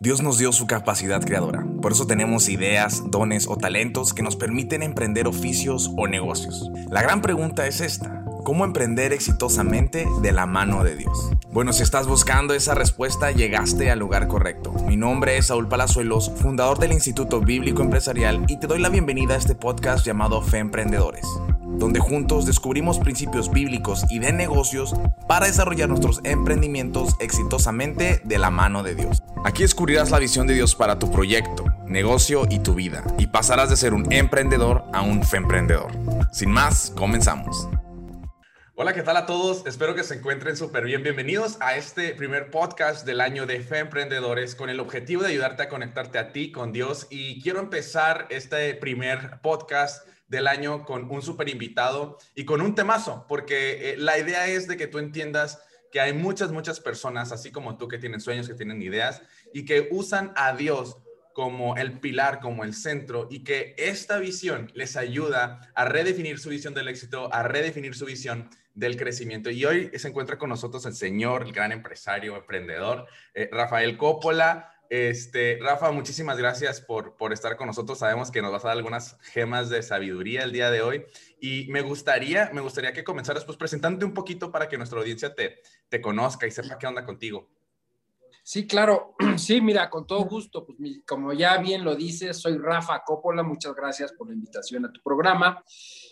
Dios nos dio su capacidad creadora, por eso tenemos ideas, dones o talentos que nos permiten emprender oficios o negocios. La gran pregunta es esta: ¿cómo emprender exitosamente de la mano de Dios? Bueno, si estás buscando esa respuesta, llegaste al lugar correcto. Mi nombre es Saúl Palazuelos, fundador del Instituto Bíblico Empresarial, y te doy la bienvenida a este podcast llamado Fe Emprendedores, donde juntos descubrimos principios bíblicos y de negocios para desarrollar nuestros emprendimientos exitosamente de la mano de Dios. Aquí descubrirás la visión de Dios para tu proyecto, negocio y tu vida, y pasarás de ser un emprendedor a un femprendedor. Sin más, comenzamos. Hola, ¿qué tal a todos? Espero que se encuentren súper bien. Bienvenidos a este primer podcast del año de Fe Emprendedores con el objetivo de ayudarte a conectarte a ti con Dios. Y quiero empezar este primer podcast del año con un súper invitado y con un temazo, porque la idea es de que tú entiendas que hay muchas personas, así como tú, que tienen sueños, que tienen ideas y que usan a Dios como el pilar, como el centro, y que esta visión les ayuda a redefinir su visión del éxito, a redefinir su visión del crecimiento. Y hoy se encuentra con nosotros el señor, el gran empresario, emprendedor, Rafael Coppola. Rafa, muchísimas gracias por estar con nosotros. Sabemos que nos vas a dar algunas gemas de sabiduría el día de hoy. Y me gustaría que comenzaras pues presentándote un poquito para que nuestra audiencia te conozca y sepa qué onda contigo. Sí, claro. Sí, mira, con todo gusto. Pues, como ya bien lo dices, soy Rafa Coppola. Muchas gracias por la invitación a tu programa.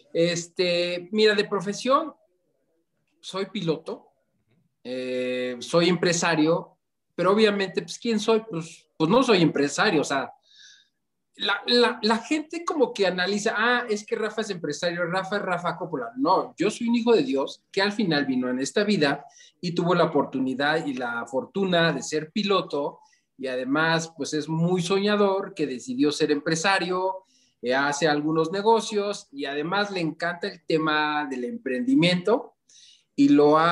Mira, de profesión soy piloto, soy empresario, pero obviamente, pues, ¿quién soy? Pues no soy empresario. O sea, la gente como que analiza, es que Rafa es empresario, Rafa es Rafa Coppola. No, yo soy un hijo de Dios que al final vino en esta vida y tuvo la oportunidad y la fortuna de ser piloto, y además pues es muy soñador, que decidió ser empresario, hace algunos negocios y además le encanta el tema del emprendimiento y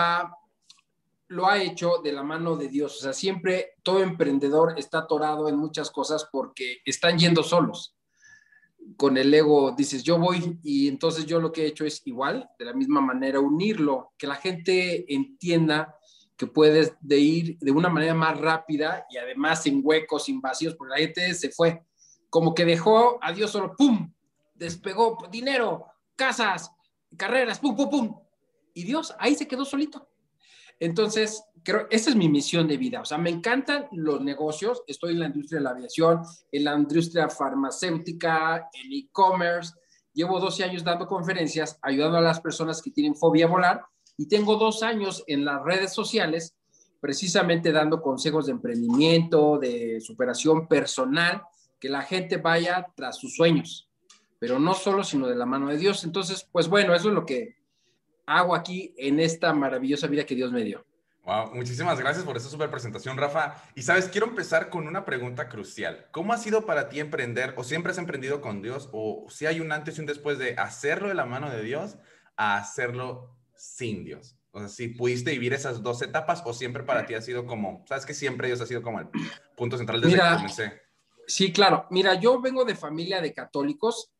lo ha hecho de la mano de Dios. O sea, siempre todo emprendedor está atorado en muchas cosas porque están yendo solos. Con el ego dices, yo voy, y entonces yo lo que he hecho es igual, de la misma manera, unirlo, que la gente entienda que puedes ir de una manera más rápida y además sin huecos, sin vacíos, porque la gente se fue, como que dejó a Dios solo, ¡pum! Despegó dinero, casas, carreras, ¡pum, pum, pum! Y Dios ahí se quedó solito. Entonces, creo, esa es mi misión de vida. O sea, me encantan los negocios. Estoy en la industria de la aviación, en la industria farmacéutica, en e-commerce. Llevo 12 años dando conferencias, ayudando a las personas que tienen fobia a volar. Y tengo 2 años en las redes sociales, precisamente dando consejos de emprendimiento, de superación personal, que la gente vaya tras sus sueños. Pero no solo, sino de la mano de Dios. Entonces, pues bueno, eso es lo que hago aquí en esta maravillosa vida que Dios me dio. Wow, muchísimas gracias por esa súper presentación, Rafa. Y sabes, quiero empezar con una pregunta crucial. ¿Cómo ha sido para ti emprender, o siempre has emprendido con Dios, o si hay un antes y un después de hacerlo de la mano de Dios a hacerlo sin Dios? O sea, si pudiste vivir esas dos etapas, o siempre para ti ha sido como, sabes que siempre Dios ha sido como el punto central desde que comencé. Sí, claro. Mira, yo vengo de familia de católicos.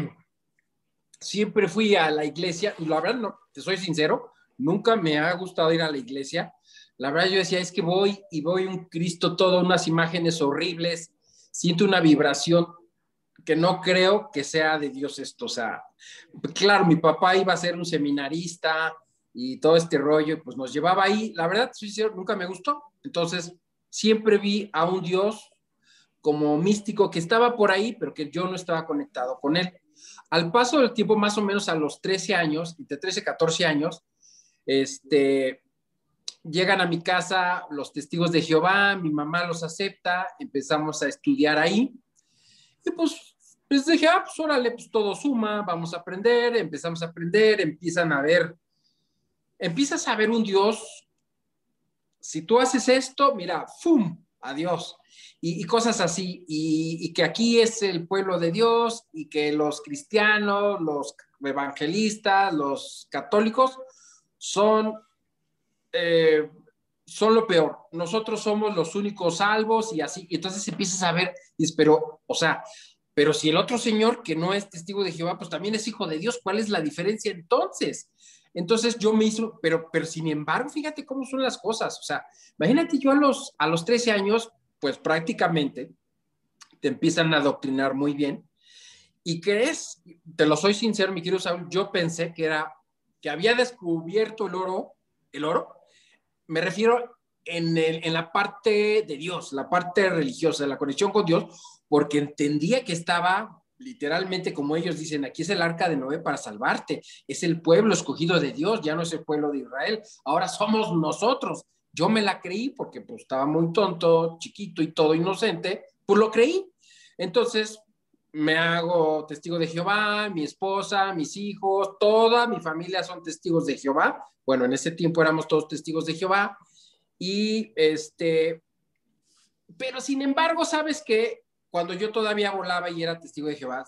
Siempre fui a la iglesia y la verdad, no, te soy sincero, nunca me ha gustado ir a la iglesia. La verdad yo decía, es que voy y voy un Cristo todo, unas imágenes horribles, siento una vibración que no creo que sea de Dios esto. O sea, claro, mi papá iba a ser un seminarista y todo este rollo, pues nos llevaba ahí. La verdad, soy sincero, nunca me gustó. Entonces, siempre vi a un Dios como místico que estaba por ahí, pero que yo no estaba conectado con él. Al paso del tiempo, más o menos a los 13 años, entre 13 y 14 años, llegan a mi casa los testigos de Jehová, mi mamá los acepta, empezamos a estudiar ahí, y pues dije, pues órale, pues todo suma, vamos a aprender, empezamos a aprender, empiezas a ver un Dios. Si tú haces esto, mira, ¡fum! Adiós. Y cosas así, y que aquí es el pueblo de Dios, y que los cristianos, los evangelistas, los católicos son, son lo peor. Nosotros somos los únicos salvos, y así. Y entonces empiezas a ver, pero si el otro señor que no es testigo de Jehová, pues también es hijo de Dios, ¿cuál es la diferencia entonces? Entonces yo me hizo, pero sin embargo, fíjate cómo son las cosas. O sea, imagínate yo a los 13 años, pues prácticamente te empiezan a adoctrinar muy bien y crees, te lo soy sincero, mi querido Saúl, yo pensé que había descubierto el oro, me refiero en la parte de Dios, la parte religiosa, la conexión con Dios, porque entendía que estaba literalmente, como ellos dicen, aquí es el arca de Noé para salvarte, es el pueblo escogido de Dios, ya no es el pueblo de Israel, ahora somos nosotros. Yo me la creí porque pues estaba muy tonto, chiquito y todo inocente, pues lo creí. Entonces me hago testigo de Jehová, mi esposa, mis hijos, toda mi familia son testigos de Jehová. Bueno, en ese tiempo éramos todos testigos de Jehová. Y pero sin embargo, ¿sabes qué? Cuando yo todavía volaba y era testigo de Jehová,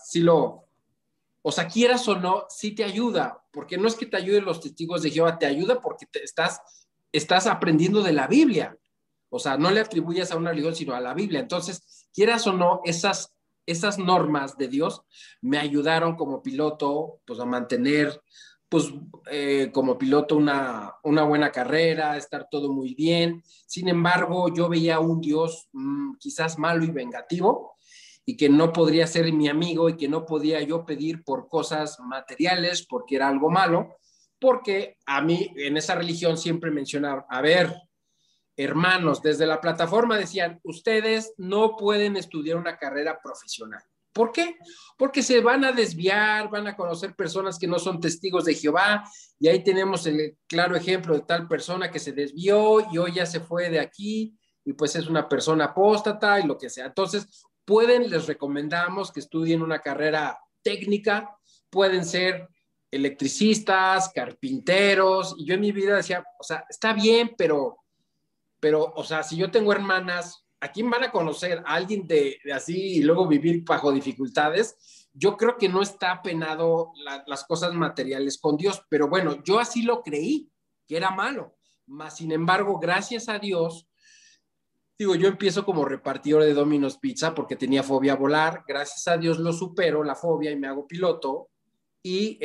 o sea, quieras o no, sí te ayuda, porque no es que te ayuden los testigos de Jehová, te ayuda porque estás aprendiendo de la Biblia. O sea, no le atribuyas a una religión, sino a la Biblia. Entonces, quieras o no, esas normas de Dios me ayudaron como piloto, pues a mantener, pues como piloto una buena carrera, estar todo muy bien. Sin embargo, yo veía un Dios quizás malo y vengativo y que no podría ser mi amigo y que no podía yo pedir por cosas materiales porque era algo malo, porque a mí en esa religión siempre mencionaban, a ver, hermanos, desde la plataforma decían, ustedes no pueden estudiar una carrera profesional. ¿Por qué? Porque se van a desviar, van a conocer personas que no son testigos de Jehová, y ahí tenemos el claro ejemplo de tal persona que se desvió y hoy ya se fue de aquí, y pues es una persona apóstata y lo que sea. Entonces, les recomendamos que estudien una carrera técnica, pueden ser electricistas, carpinteros, y yo en mi vida decía, o sea, está bien, pero, o sea, si yo tengo hermanas, ¿a quién van a conocer? ¿A alguien de así y luego vivir bajo dificultades? Yo creo que no está penado las cosas materiales con Dios, pero bueno, yo así lo creí, que era malo. Mas, sin embargo, gracias a Dios, digo, yo empiezo como repartidor de Domino's Pizza porque tenía fobia a volar. Gracias a Dios lo supero, la fobia, y me hago piloto. Y,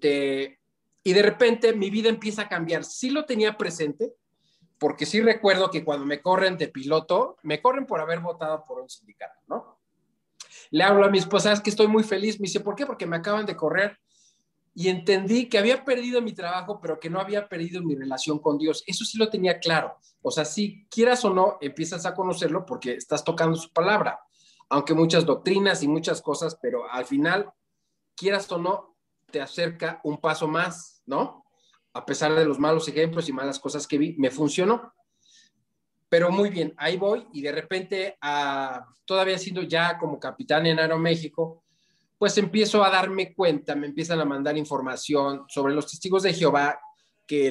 y de repente mi vida empieza a cambiar. Sí lo tenía presente, porque sí recuerdo que cuando me corren de piloto, me corren por haber votado por un sindicato, ¿no? Le hablo a mi esposa, es que estoy muy feliz. Me dice, ¿por qué? Porque me acaban de correr. Y entendí que había perdido mi trabajo, pero que no había perdido mi relación con Dios. Eso sí lo tenía claro. O sea, si quieras o no, empiezas a conocerlo porque estás tocando su palabra. Aunque muchas doctrinas y muchas cosas, pero al final, quieras o no, te acerca un paso más, ¿no? A pesar de los malos ejemplos y malas cosas que vi, me funcionó. Pero muy bien, ahí voy y de repente, todavía siendo ya como capitán en Aeroméxico, pues empiezo a darme cuenta, me empiezan a mandar información sobre los testigos de Jehová, que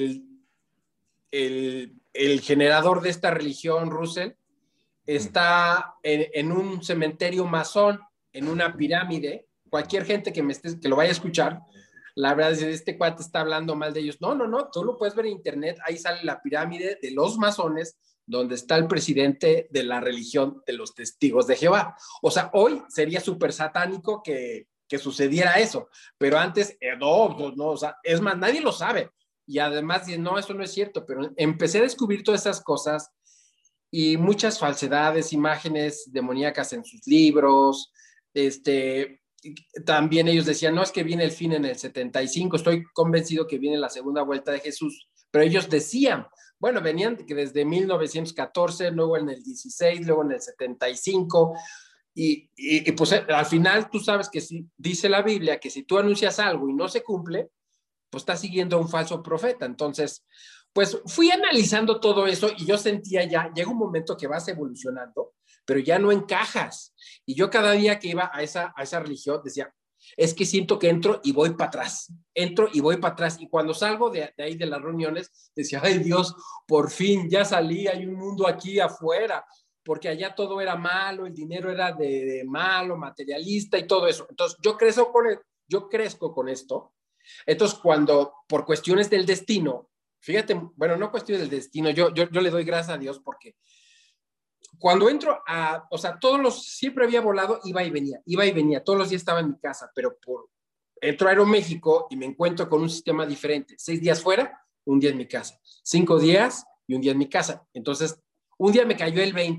el generador de esta religión, Russell, está en un cementerio masón, en una pirámide. Cualquier gente que lo vaya a escuchar, la verdad es que este cuate está hablando mal de ellos. No, no, no, tú lo puedes ver en internet, ahí sale la pirámide de los masones, donde está el presidente de la religión de los testigos de Jehová. O sea, hoy sería súper satánico que sucediera eso, pero antes, no, o sea, es más, nadie lo sabe. Y además, no, eso no es cierto, pero empecé a descubrir todas esas cosas y muchas falsedades, imágenes demoníacas en sus libros. También ellos decían, no, es que viene el fin en el 75, estoy convencido que viene la segunda vuelta de Jesús, pero ellos decían, bueno, venían que desde 1914, luego en el 16, luego en el 75, y pues al final tú sabes que si dice la Biblia que si tú anuncias algo y no se cumple, pues estás siguiendo a un falso profeta. Entonces, pues fui analizando todo eso y yo sentía ya, llega un momento que vas evolucionando, pero ya no encajas. Y yo cada día que iba a esa religión decía, es que siento que entro y voy para atrás, entro y voy para atrás. Y cuando salgo de ahí de las reuniones, decía, ay Dios, por fin ya salí, hay un mundo aquí afuera, porque allá todo era malo, el dinero era de malo, materialista y todo eso. Entonces yo crezco con esto. Entonces cuando por cuestiones del destino, fíjate, bueno, no cuestiones del destino, yo le doy gracias a Dios porque cuando entro o sea, siempre había volado, iba y venía, todos los días estaba en mi casa, pero entro a Aeroméxico y me encuentro con un sistema diferente, 6 días fuera, un día en mi casa, 5 días y un día en mi casa. Entonces, un día me cayó el 20,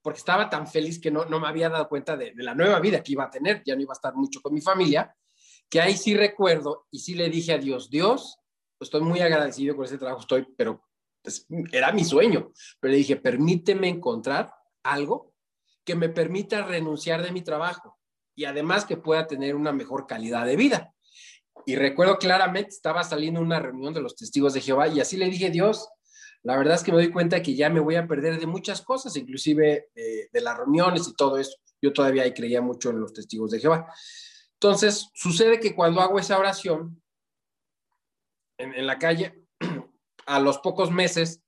porque estaba tan feliz que no me había dado cuenta de la nueva vida que iba a tener, ya no iba a estar mucho con mi familia, que ahí sí recuerdo y sí le dije a Dios, Dios, estoy muy agradecido con ese trabajo, pero pues, era mi sueño, pero le dije, permíteme encontrar algo que me permita renunciar de mi trabajo y además que pueda tener una mejor calidad de vida. Y recuerdo claramente, estaba saliendo una reunión de los testigos de Jehová y así le dije, Dios, la verdad es que me doy cuenta que ya me voy a perder de muchas cosas, inclusive de las reuniones y todo eso. Yo todavía ahí creía mucho en los testigos de Jehová. Entonces, sucede que cuando hago esa oración en la calle, a los pocos meses,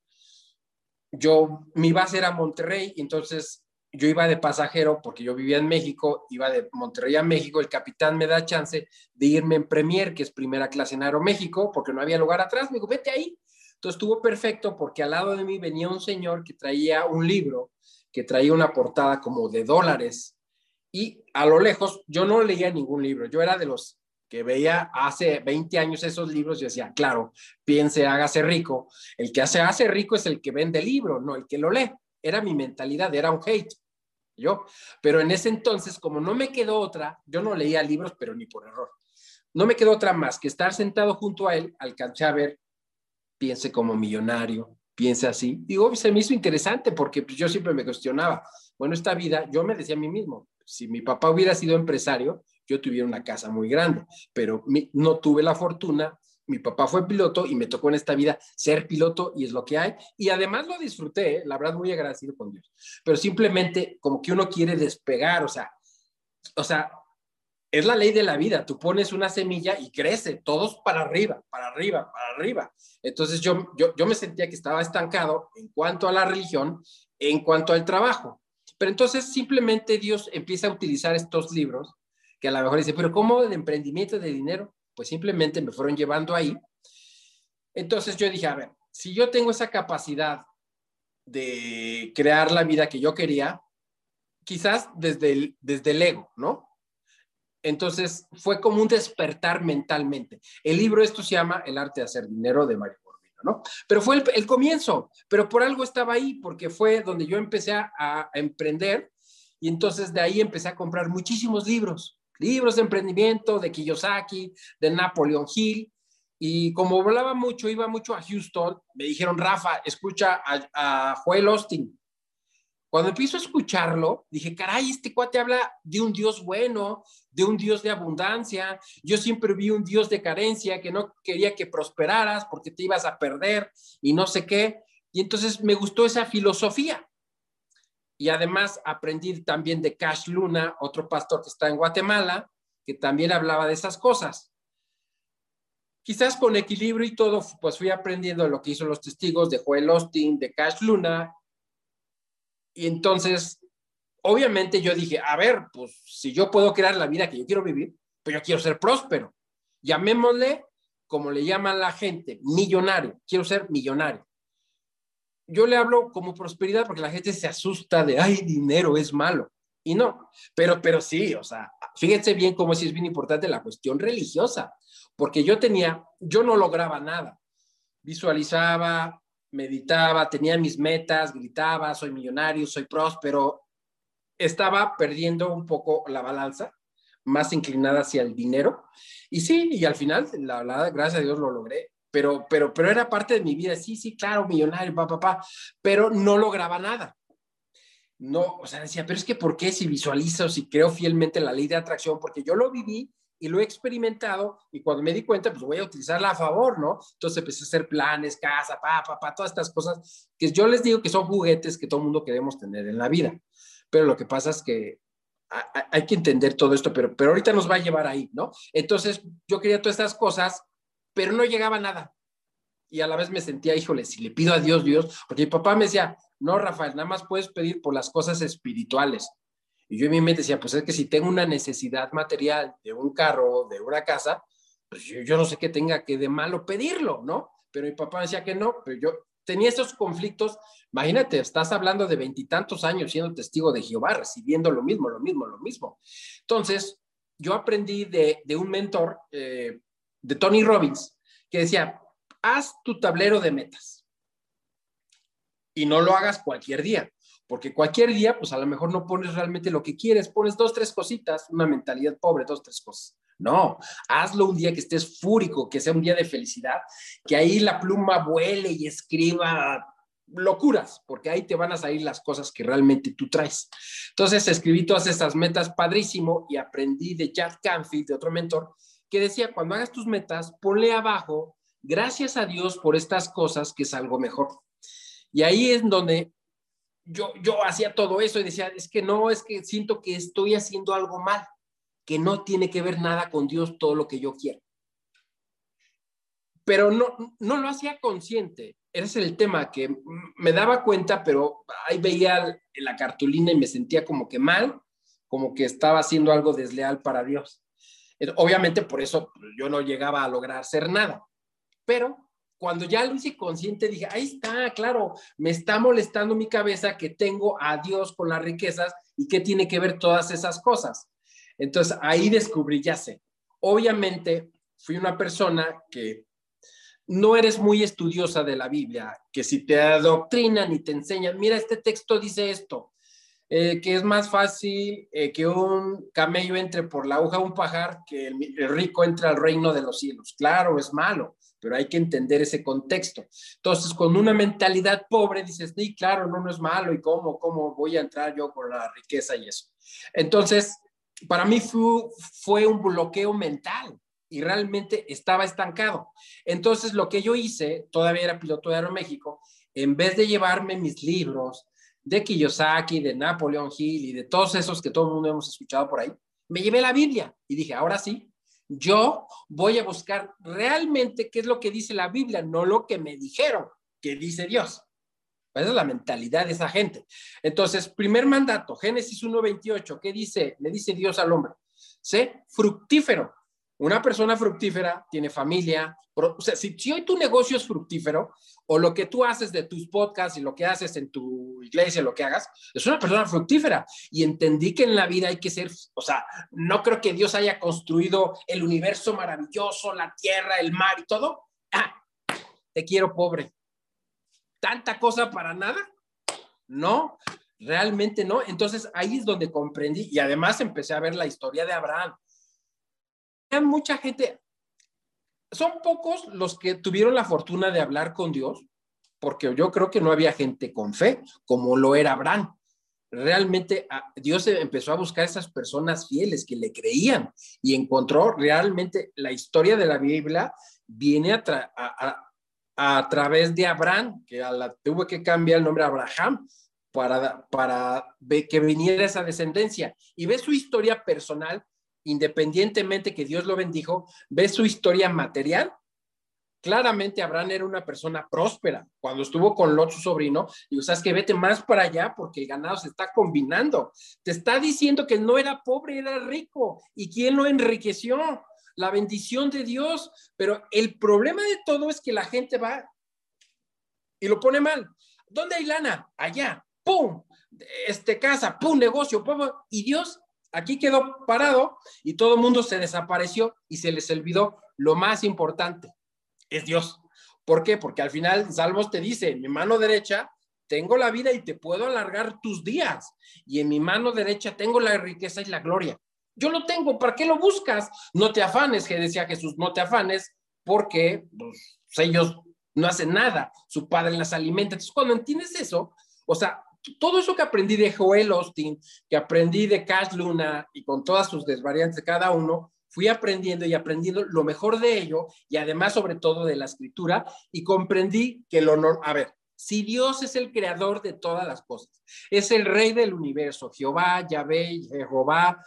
mi base era Monterrey, entonces yo iba de pasajero porque yo vivía en México, iba de Monterrey a México, el capitán me da chance de irme en Premier, que es primera clase en Aeroméxico, porque no había lugar atrás, me dijo, vete ahí. Entonces estuvo perfecto porque al lado de mí venía un señor que traía un libro, que traía una portada como de dólares, y a lo lejos yo no leía ningún libro, yo era de los que veía hace 20 años esos libros y decía, claro, piense, hágase rico. El que hace rico es el que vende el libro, no el que lo lee. Era mi mentalidad, era un hate. Yo, pero en ese entonces, como no me quedó otra, yo no leía libros, pero ni por error. No me quedó otra más que estar sentado junto a él, alcancé a ver, piense como millonario, piense así. Digo, se me hizo interesante porque pues, yo siempre me cuestionaba, bueno, esta vida, yo me decía a mí mismo, si mi papá hubiera sido empresario, yo tuviera una casa muy grande, pero no tuve la fortuna. Mi papá fue piloto y me tocó en esta vida ser piloto y es lo que hay. Y además lo disfruté, la verdad, muy agradecido con Dios. Pero simplemente como que uno quiere despegar, o sea, es la ley de la vida. Tú pones una semilla y crece, todos para arriba, para arriba, para arriba. Entonces yo me sentía que estaba estancado en cuanto a la religión, en cuanto al trabajo. Pero entonces simplemente Dios empieza a utilizar estos libros que a lo mejor dice, pero ¿cómo de emprendimiento de dinero? Pues simplemente me fueron llevando ahí. Entonces yo dije, a ver, si yo tengo esa capacidad de crear la vida que yo quería, quizás desde el ego, ¿no? Entonces fue como un despertar mentalmente. El libro esto se llama El arte de hacer dinero de Mario Borghino, ¿no? Pero fue el comienzo, pero por algo estaba ahí, porque fue donde yo empecé a emprender y entonces de ahí empecé a comprar muchísimos libros de emprendimiento, de Kiyosaki, de Napoleon Hill, y como volaba mucho, iba mucho a Houston, me dijeron, Rafa, escucha a Joel Austin. Cuando empiezo a escucharlo, dije, caray, este cuate habla de un Dios bueno, de un Dios de abundancia. Yo siempre vi un Dios de carencia que no quería que prosperaras porque te ibas a perder y no sé qué. Y entonces me gustó esa filosofía. Y además aprendí también de Cash Luna, otro pastor que está en Guatemala, que también hablaba de esas cosas. Quizás con equilibrio y todo, pues fui aprendiendo lo que hizo los testigos de Joel Austin, de Cash Luna. Y entonces, obviamente yo dije, a ver, pues si yo puedo crear la vida que yo quiero vivir, pues yo quiero ser próspero. Llamémosle, como le llaman la gente, millonario. Quiero ser millonario. Yo le hablo como prosperidad porque la gente se asusta de, ay, dinero es malo. Y no, pero sí, o sea, fíjense bien cómo sí es bien importante la cuestión religiosa, porque yo no lograba nada. Visualizaba, meditaba, tenía mis metas, gritaba, soy millonario, soy próspero. Estaba perdiendo un poco la balanza, más inclinada hacia el dinero. Y sí, y al final, gracias a Dios lo logré. Pero era parte de mi vida. Sí, sí, claro, millonario, papá, pero no lograba nada. No, o sea, decía, pero es que ¿por qué si visualizo, si creo fielmente en la ley de atracción? Porque yo lo viví y lo he experimentado y cuando me di cuenta, pues voy a utilizarla a favor, ¿no? Entonces empecé a hacer planes, casa, todas estas cosas que yo les digo que son juguetes que todo el mundo queremos tener en la vida. Pero lo que pasa es que hay que entender todo esto, pero ahorita nos va a llevar ahí, ¿no? Entonces yo quería todas estas cosas, pero no llegaba a nada. Y a la vez me sentía, híjole, si le pido a Dios, porque mi papá me decía, no, Rafael, nada más puedes pedir por las cosas espirituales. Y yo en mi mente decía, pues es que si tengo una necesidad material de un carro, de una casa, pues yo no sé qué tenga que de malo pedirlo, ¿no? Pero mi papá me decía que no, pero yo tenía esos conflictos. Imagínate, estás hablando de 20 y tantos años siendo testigo de Jehová, recibiendo lo mismo, lo mismo, lo mismo. Entonces, yo aprendí de un mentor, de Tony Robbins, que decía, haz tu tablero de metas y no lo hagas cualquier día, porque cualquier día, pues a lo mejor no pones realmente lo que quieres, pones 2, 3 cositas, una mentalidad pobre, 2, 3 cosas. No, hazlo un día que estés fúrico, que sea un día de felicidad, que ahí la pluma vuele y escriba locuras, porque ahí te van a salir las cosas que realmente tú traes. Entonces escribí todas esas metas padrísimo y aprendí de Jack Canfield, de otro mentor, que decía, cuando hagas tus metas, ponle abajo, gracias a Dios por estas cosas, que es algo mejor. Y ahí es donde yo hacía todo eso y decía, es que no, es que siento que estoy haciendo algo mal, que no tiene que ver nada con Dios todo lo que yo quiero. Pero no lo hacía consciente. Ese es el tema, que me daba cuenta, pero ahí veía la cartulina y me sentía como que mal, como que estaba haciendo algo desleal para Dios. Obviamente por eso yo no llegaba a lograr hacer nada. Pero cuando ya lo hice consciente, dije, ahí está, claro, me está molestando mi cabeza que tengo a Dios con las riquezas y qué tiene que ver todas esas cosas. Entonces ahí descubrí, ya sé. Obviamente fui una persona que no eres muy estudiosa de la Biblia, que si te adoctrinan y te enseñan, mira, este texto dice esto, que es más fácil que un camello entre por la aguja de un pajar, que el rico entre al reino de los cielos. Claro, es malo, pero hay que entender ese contexto. Entonces, con una mentalidad pobre, dices, sí, claro, no es malo, ¿y cómo voy a entrar yo con la riqueza y eso? Entonces, para mí fue un bloqueo mental y realmente estaba estancado. Entonces, lo que yo hice, todavía era piloto de Aeroméxico, en vez de llevarme mis libros de Kiyosaki, de Napoleon Hill y de todos esos que todo el mundo hemos escuchado por ahí, me llevé la Biblia y dije, ahora sí, yo voy a buscar realmente qué es lo que dice la Biblia, no lo que me dijeron que dice Dios. Esa es la mentalidad de esa gente. Entonces, primer mandato, Génesis 1:28, ¿qué dice? Le dice Dios al hombre, sé fructífero. Una persona fructífera tiene familia. O sea, si hoy tu negocio es fructífero, o lo que tú haces de tus podcasts y lo que haces en tu iglesia, lo que hagas, es una persona fructífera. Y entendí que en la vida hay que ser, o sea, no creo que Dios haya construido el universo maravilloso, la tierra, el mar y todo. Ah, te quiero pobre. ¿Tanta cosa para nada? No, realmente no. Entonces ahí es donde comprendí y además empecé a ver la historia de Abraham. Mucha gente, son pocos los que tuvieron la fortuna de hablar con Dios, porque yo creo que no había gente con fe como lo era Abraham. Realmente Dios empezó a buscar esas personas fieles que le creían y encontró realmente la historia de la Biblia viene a través de Abraham, que tuvo que cambiar el nombre a Abraham para que viniera esa descendencia. Y ve su historia personal, independientemente que Dios lo bendijo, ve su historia material. Claramente Abraham era una persona próspera. Cuando estuvo con Lot, su sobrino, digo, sabes que vete más para allá porque el ganado se está combinando. Te está diciendo que no era pobre, era rico. ¿Y quién lo enriqueció? La bendición de Dios. Pero el problema de todo es que la gente va y lo pone mal. ¿Dónde hay lana? Allá. ¡Pum! Casa, ¡pum! Negocio, ¡pum! Y Dios aquí quedó parado y todo el mundo se desapareció y se les olvidó lo más importante. Es Dios. ¿Por qué? Porque al final Salmos te dice, en mi mano derecha tengo la vida y te puedo alargar tus días. Y en mi mano derecha tengo la riqueza y la gloria. Yo lo tengo, ¿para qué lo buscas? No te afanes, que decía Jesús, no te afanes, porque pues, ellos no hacen nada, su padre las alimenta. Entonces, cuando entiendes eso, o sea, todo eso que aprendí de Joel Osteen, que aprendí de Cash Luna y con todas sus desvariantes de cada uno, fui aprendiendo y aprendiendo lo mejor de ello y además sobre todo de la escritura y comprendí que el honor, a ver, si Dios es el creador de todas las cosas, es el rey del universo, Jehová, Yahvé, Jehová,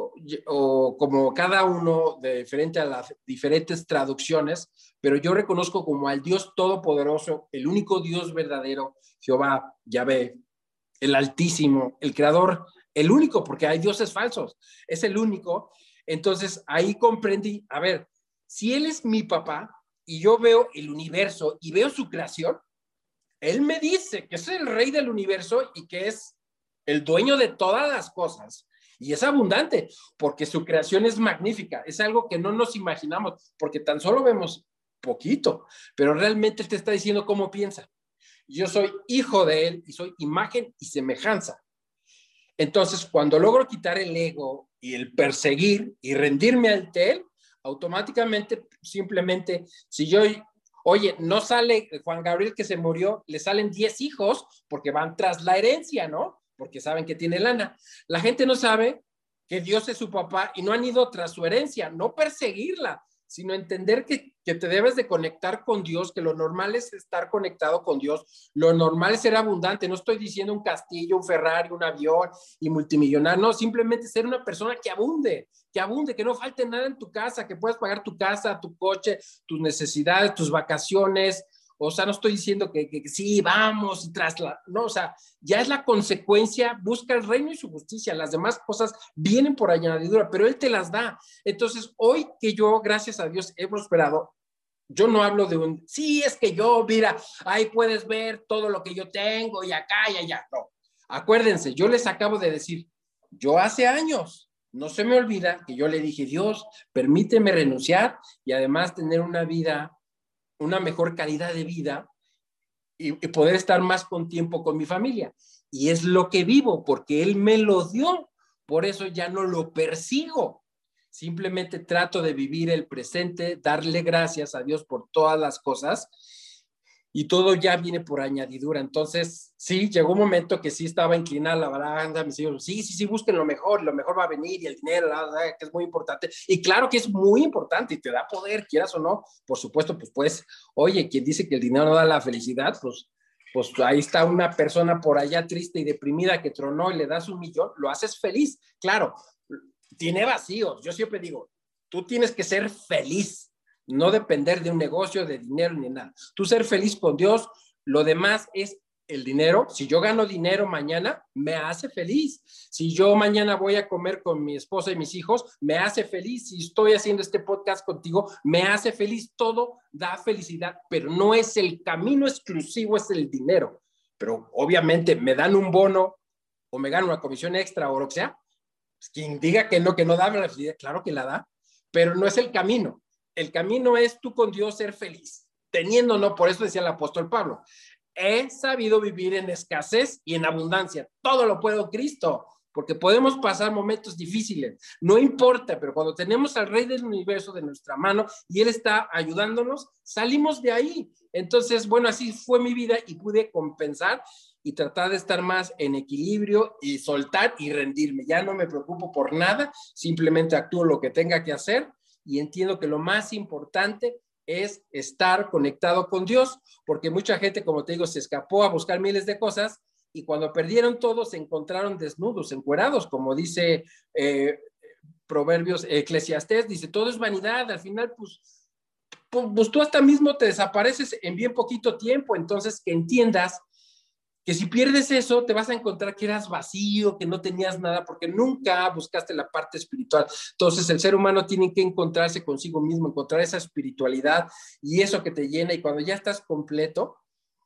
o como cada uno de diferente a las diferentes traducciones, pero yo reconozco como al Dios todopoderoso, el único Dios verdadero, Jehová, Yahvé, el Altísimo, el Creador, el único, porque hay dioses falsos, es el único. Entonces ahí comprendí, a ver, si Él es mi papá y yo veo el universo y veo su creación, Él me dice que es el rey del universo y que es el dueño de todas las cosas. Y es abundante, porque su creación es magnífica, es algo que no nos imaginamos, porque tan solo vemos poquito, pero realmente Él te está diciendo cómo piensa. Yo soy hijo de Él y soy imagen y semejanza. Entonces, cuando logro quitar el ego y el perseguir y rendirme ante Él, automáticamente, simplemente, si yo, oye, no sale Juan Gabriel que se murió, le salen 10 hijos porque van tras la herencia, ¿no? Porque saben que tiene lana. La gente no sabe que Dios es su papá y no han ido tras su herencia, no perseguirla, sino entender que te debes de conectar con Dios, que lo normal es estar conectado con Dios, lo normal es ser abundante, no estoy diciendo un castillo, un Ferrari, un avión y multimillonario, no, simplemente ser una persona que abunde, que no falte nada en tu casa, que puedas pagar tu casa, tu coche, tus necesidades, tus vacaciones. O sea, no estoy diciendo que sí, vamos y tras la... No, o sea, ya es la consecuencia, busca el reino y su justicia. Las demás cosas vienen por añadidura, pero Él te las da. Entonces, hoy que yo, gracias a Dios, he prosperado, yo no hablo de un, sí, es que yo, mira, ahí puedes ver todo lo que yo tengo y acá y allá. No, acuérdense, yo les acabo de decir, yo hace años, no se me olvida que yo le dije, Dios, permíteme renunciar y además tener una vida, una mejor calidad de vida y poder estar más con tiempo con mi familia. Y es lo que vivo porque Él me lo dio. Por eso ya no lo persigo. Simplemente trato de vivir el presente, darle gracias a Dios por todas las cosas y todo ya viene por añadidura. Entonces, sí, llegó un momento que sí estaba inclinada la balanza, mis hijos, sí, busquen lo mejor va a venir y el dinero, que es muy importante. Y claro que es muy importante y te da poder, quieras o no, por supuesto, pues, oye, quien dice que el dinero no da la felicidad, pues ahí está una persona por allá triste y deprimida que tronó y le das 1 millón, lo haces feliz. Claro, tiene vacíos. Yo siempre digo, tú tienes que ser feliz, no depender de un negocio, de dinero ni nada. Tú ser feliz con Dios, lo demás es el dinero. Si yo gano dinero mañana, me hace feliz. Si yo mañana voy a comer con mi esposa y mis hijos, me hace feliz. Si estoy haciendo este podcast contigo, me hace feliz. Todo da felicidad, pero no es el camino exclusivo, es el dinero. Pero obviamente me dan un bono o me gano una comisión extra o lo que sea. Pues quien diga que no da la felicidad, claro que la da, pero no es el camino. El camino es tú con Dios ser feliz, teniendo, no, por eso decía el apóstol Pablo, he sabido vivir en escasez y en abundancia, todo lo puedo Cristo, porque podemos pasar momentos difíciles, no importa, pero cuando tenemos al Rey del Universo de nuestra mano y Él está ayudándonos, salimos de ahí. Entonces, bueno, así fue mi vida y pude compensar y tratar de estar más en equilibrio y soltar y rendirme. Ya no me preocupo por nada, simplemente actúo lo que tenga que hacer y entiendo que lo más importante es estar conectado con Dios, porque mucha gente, como te digo, se escapó a buscar miles de cosas y cuando perdieron todo se encontraron desnudos, encuerados, como dice Proverbios, Eclesiastés, dice, todo es vanidad, al final pues tú hasta mismo te desapareces en bien poquito tiempo, entonces que entiendas que si pierdes eso, te vas a encontrar que eras vacío, que no tenías nada, porque nunca buscaste la parte espiritual. Entonces, el ser humano tiene que encontrarse consigo mismo, encontrar esa espiritualidad y eso que te llena. Y cuando ya estás completo,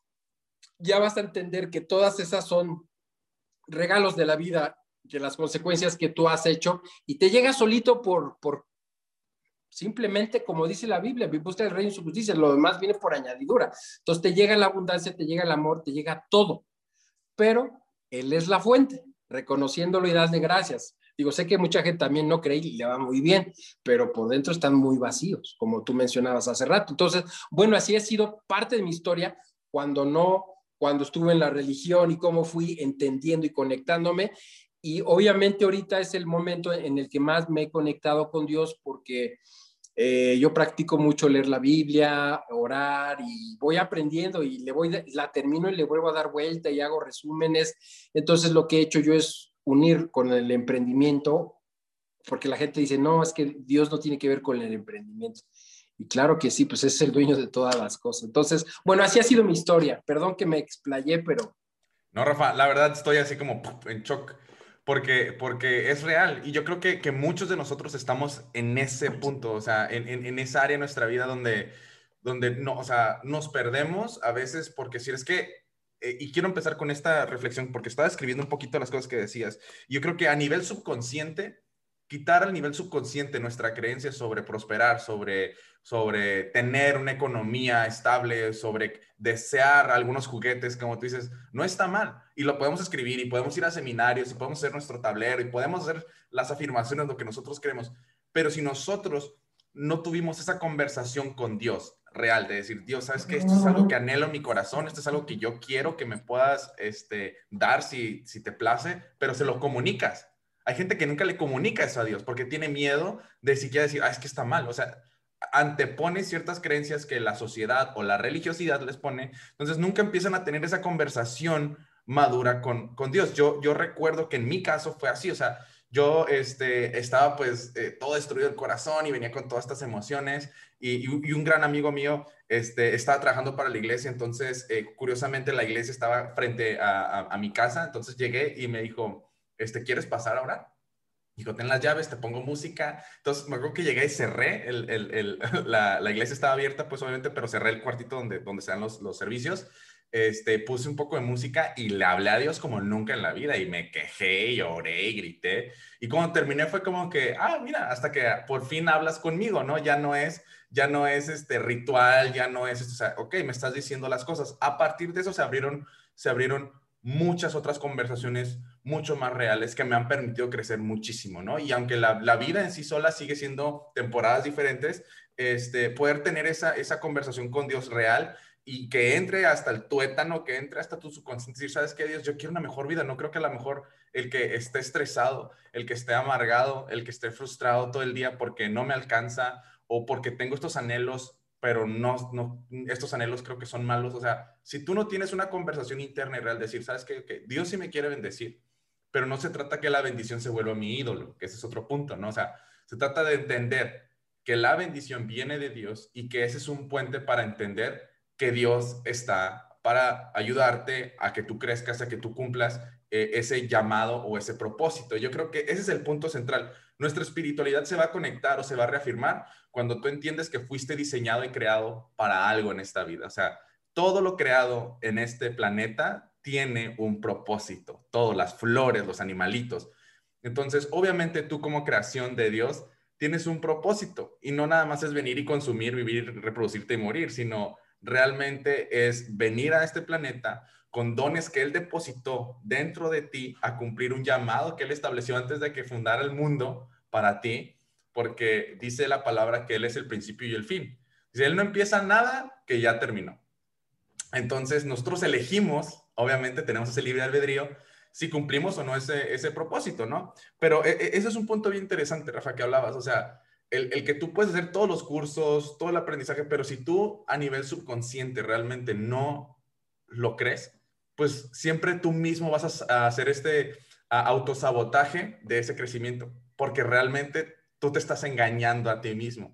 ya vas a entender que todas esas son regalos de la vida, de las consecuencias que tú has hecho, y te llega solito por simplemente, como dice la Biblia, busca el reino y su justicia, lo demás viene por añadidura. Entonces te llega la abundancia, te llega el amor, te llega todo. Pero Él es la fuente, reconociéndolo y darle gracias. Digo, sé que mucha gente también no cree y le va muy bien, pero por dentro están muy vacíos, como tú mencionabas hace rato. Entonces, bueno, así ha sido parte de mi historia cuando estuve en la religión y cómo fui entendiendo y conectándome. Y obviamente ahorita es el momento en el que más me he conectado con Dios porque yo practico mucho leer la Biblia, orar y voy aprendiendo y la termino y le vuelvo a dar vuelta y hago resúmenes. Entonces lo que he hecho yo es unir con el emprendimiento, porque la gente dice, no, es que Dios no tiene que ver con el emprendimiento. Y claro que sí, pues es el dueño de todas las cosas. Entonces, bueno, así ha sido mi historia. Perdón que me explayé, pero... No, Rafa, la verdad estoy así como en shock. Porque es real. Y yo creo que muchos de nosotros estamos en ese punto, o sea, en esa área de nuestra vida donde no, o sea, nos perdemos a veces porque si es que, y quiero empezar con esta reflexión porque estaba escribiendo un poquito las cosas que decías. Yo creo que a nivel subconsciente quitar al nivel subconsciente nuestra creencia sobre prosperar, sobre tener una economía estable, sobre desear algunos juguetes, como tú dices, no está mal. Y lo podemos escribir y podemos ir a seminarios y podemos hacer nuestro tablero y podemos hacer las afirmaciones, lo que nosotros queremos. Pero si nosotros no tuvimos esa conversación con Dios real, de decir, Dios, ¿sabes qué? Esto es algo que anhelo en mi corazón, esto es algo que yo quiero que me puedas dar si te place, pero se lo comunicas. Hay gente que nunca le comunica eso a Dios porque tiene miedo de siquiera decir, es que está mal. O sea, antepone ciertas creencias que la sociedad o la religiosidad les pone. Entonces nunca empiezan a tener esa conversación madura con Dios. Yo recuerdo que en mi caso fue así. O sea, yo estaba pues todo destruido el corazón y venía con todas estas emociones y un gran amigo mío estaba trabajando para la iglesia. Entonces, curiosamente, la iglesia estaba frente a mi casa. Entonces llegué y me dijo, ¿quieres pasar a orar? Dijo, ten las llaves, te pongo música. Entonces me acuerdo que llegué y cerré, la iglesia estaba abierta, pues obviamente, pero cerré el cuartito donde se dan los servicios. Puse un poco de música y le hablé a Dios como nunca en la vida y me quejé, lloré y grité. Y cuando terminé fue como que, mira, hasta que por fin hablas conmigo, ¿no? Ya no es ritual, ya no es, o sea, ok, me estás diciendo las cosas. A partir de eso se abrieron muchas otras conversaciones mucho más reales que me han permitido crecer muchísimo, ¿no? Y aunque la vida en sí sola sigue siendo temporadas diferentes, poder tener esa conversación con Dios real y que entre hasta el tuétano, que entre hasta tu subconsciente, decir, ¿sabes qué, Dios? Yo quiero una mejor vida, no creo que a lo mejor el que esté estresado, el que esté amargado, el que esté frustrado todo el día porque no me alcanza o porque tengo estos anhelos pero no, estos anhelos creo que son malos. O sea, si tú no tienes una conversación interna y real, decir, ¿sabes qué? Que Dios sí me quiere bendecir, pero no se trata que la bendición se vuelva mi ídolo, que ese es otro punto, ¿no? O sea, se trata de entender que la bendición viene de Dios y que ese es un puente para entender que Dios está para ayudarte a que tú crezcas, a que tú cumplas ese llamado o ese propósito. Yo creo que ese es el punto central. Nuestra espiritualidad se va a conectar o se va a reafirmar cuando tú entiendes que fuiste diseñado y creado para algo en esta vida. O sea, todo lo creado en este planeta tiene un propósito. Todo, las flores, los animalitos. Entonces, obviamente tú como creación de Dios tienes un propósito y no nada más es venir y consumir, vivir, reproducirte y morir, sino realmente es venir a este planeta con dones que Él depositó dentro de ti a cumplir un llamado que Él estableció antes de que fundara el mundo para ti, porque dice la palabra que Él es el principio y el fin. Dice, Él no empieza nada que ya terminó. Entonces, nosotros elegimos, obviamente tenemos ese libre albedrío, si cumplimos o no ese propósito, ¿no? Pero ese es un punto bien interesante, Rafa, que hablabas. O sea, el que tú puedes hacer todos los cursos, todo el aprendizaje, pero si tú a nivel subconsciente realmente no lo crees, pues siempre tú mismo vas a hacer autosabotaje de ese crecimiento, porque realmente tú te estás engañando a ti mismo.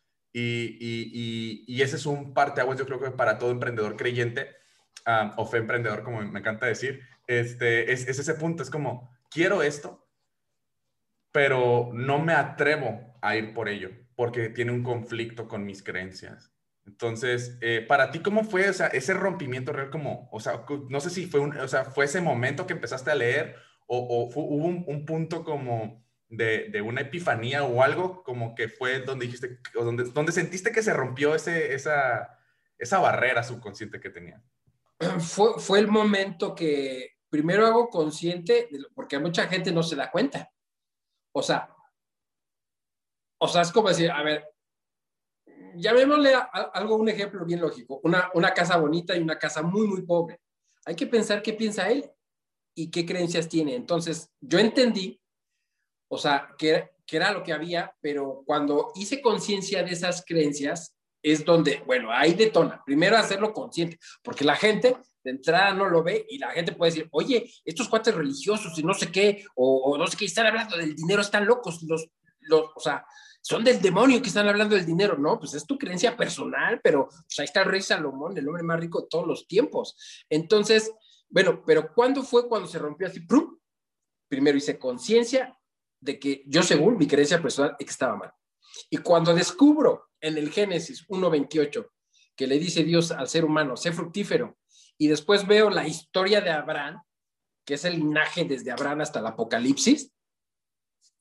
Y ese es un parteaguas, yo creo que para todo emprendedor creyente, o fe emprendedor, como me encanta decir, es ese punto, es como, quiero esto, pero no me atrevo a ir por ello, porque tiene un conflicto con mis creencias. Entonces, para ti, ¿cómo fue, o sea, ese rompimiento real? Como, o sea, no sé si fue fue ese momento que empezaste a leer o hubo un punto como de una epifanía o algo como que fue donde dijiste, o donde sentiste que se rompió esa barrera subconsciente que tenía. Fue el momento que primero hago consciente, porque a mucha gente no se da cuenta. O sea, es como decir, a ver, llamémosle algo, un ejemplo bien lógico, una casa bonita y una casa muy, muy pobre. Hay que pensar qué piensa él y qué creencias tiene. Entonces, yo entendí, o sea, que era lo que había, pero cuando hice conciencia de esas creencias, es donde, bueno, ahí detona. Primero hacerlo consciente, porque la gente de entrada no lo ve y la gente puede decir, oye, estos cuates religiosos y no sé qué, o no sé qué, están hablando del dinero, están locos, o sea, son del demonio que están hablando del dinero. No, pues es tu creencia personal, pero pues ahí está el rey Salomón, el hombre más rico de todos los tiempos. Entonces, bueno, pero ¿cuándo fue cuando se rompió así? ¡Prum! Primero hice conciencia de que yo, según mi creencia personal, que estaba mal. Y cuando descubro en el Génesis 1:28 que le dice Dios al ser humano, sé fructífero, y después veo la historia de Abraham, que es el linaje desde Abraham hasta el Apocalipsis,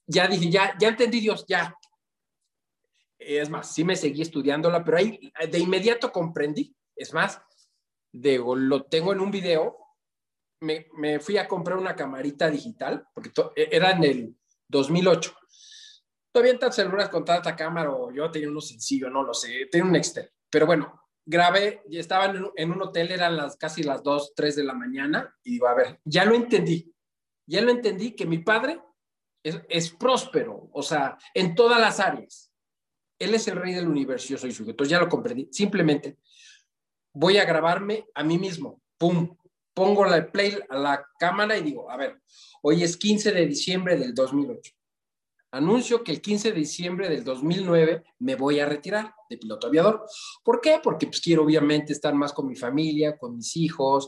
ya dije, ya entendí Dios, ya. Es más, sí me seguí estudiándola, pero ahí de inmediato comprendí. Es más, lo tengo en un video. Me fui a comprar una camarita digital, porque era en el 2008. Todavía en tantos celulares con tanta cámara, o yo tenía uno sencillo, no lo sé, tenía un Nextel. Pero bueno, grabé, y estaba en un hotel, eran casi las 2, 3 de la mañana, y digo, a ver, ya lo entendí que mi padre es próspero, o sea, en todas las áreas. Él es el rey del universo, yo soy sujeto, ya lo comprendí. Simplemente voy a grabarme a mí mismo, pum, pongo la play a la cámara y digo, a ver, hoy es 15 de diciembre del 2008. Anuncio que el 15 de diciembre del 2009 me voy a retirar de piloto aviador. ¿Por qué? Porque pues, quiero obviamente estar más con mi familia, con mis hijos,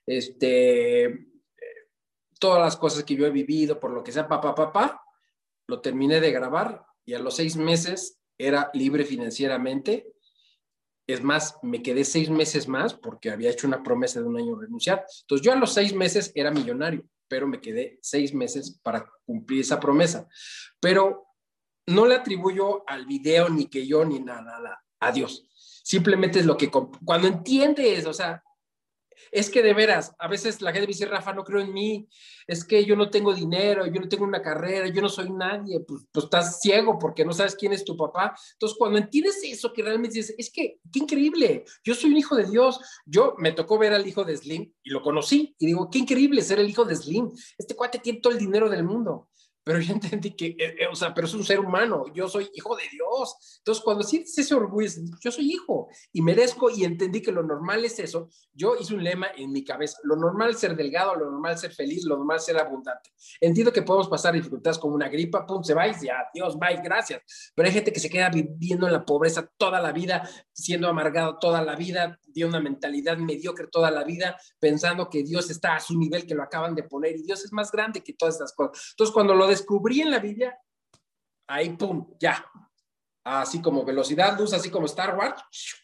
todas las cosas que yo he vivido, por lo que sea, papá. Lo terminé de grabar y a los 6 meses era libre financieramente. Es más, me quedé 6 meses más porque había hecho una promesa de un año renunciar. Entonces yo a los 6 meses era millonario, pero me quedé 6 meses para cumplir esa promesa. Pero no le atribuyo al video ni que yo ni nada a Dios. Simplemente es lo que cuando entiendes, o sea, es que de veras, a veces la gente me dice, Rafa, no creo en mí, es que yo no tengo dinero, yo no tengo una carrera, yo no soy nadie, pues estás ciego porque no sabes quién es tu papá. Entonces, cuando entiendes eso, que realmente dices, es que, qué increíble, yo soy un hijo de Dios. Yo me tocó ver al hijo de Slim y lo conocí y digo, qué increíble ser el hijo de Slim. Este cuate tiene todo el dinero del mundo. Pero yo entendí que, o sea, pero es un ser humano, yo soy hijo de Dios. Entonces, cuando sientes ese orgullo, yo soy hijo y merezco y entendí que lo normal es eso. Yo hice un lema en mi cabeza, lo normal es ser delgado, lo normal es ser feliz, lo normal es ser abundante. Entiendo que podemos pasar dificultades como una gripa, pum, se va y ya, Dios, bye, gracias. Pero hay gente que se queda viviendo en la pobreza toda la vida, siendo amargado toda la vida, tiene una mentalidad mediocre toda la vida, pensando que Dios está a su nivel, que lo acaban de poner, y Dios es más grande que todas estas cosas. Entonces, cuando lo descubrí en la Biblia, ahí, pum, ya. Así como velocidad, luz, así como Star Wars,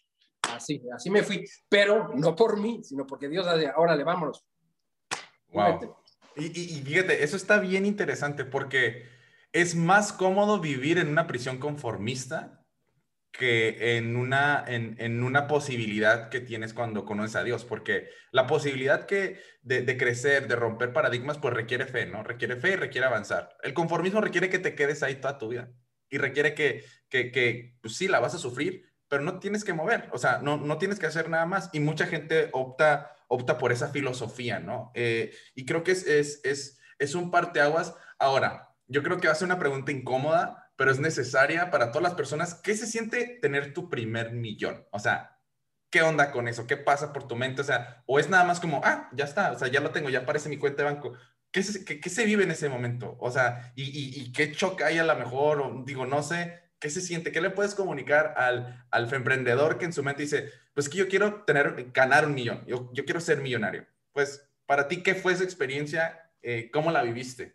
así me fui. Pero no por mí, sino porque Dios hace, órale, vámonos. Wow. Y fíjate, eso está bien interesante porque es más cómodo vivir en una prisión conformista que en una posibilidad que tienes cuando conoces a Dios, porque la posibilidad de crecer, de romper paradigmas, pues requiere fe, ¿no? Requiere fe y requiere avanzar. El conformismo requiere que te quedes ahí toda tu vida y requiere que pues sí, la vas a sufrir, pero no tienes que mover, o sea, no tienes que hacer nada más y mucha gente opta por esa filosofía, ¿no? Y creo que es un parteaguas. Ahora, yo creo que va a ser una pregunta incómoda, pero es necesaria para todas las personas. ¿Qué se siente tener tu primer millón? O sea, ¿qué onda con eso? ¿Qué pasa por tu mente? O sea, o es nada más como, ya está, o sea, ya lo tengo, ya aparece mi cuenta de banco. ¿Qué se vive en ese momento? O sea, y qué choque hay a lo mejor, o digo, no sé, ¿qué se siente? ¿Qué le puedes comunicar al emprendedor que en su mente dice, pues que yo quiero ganar 1 millón, yo quiero ser millonario? Pues, para ti, ¿qué fue esa experiencia? ¿Cómo la viviste?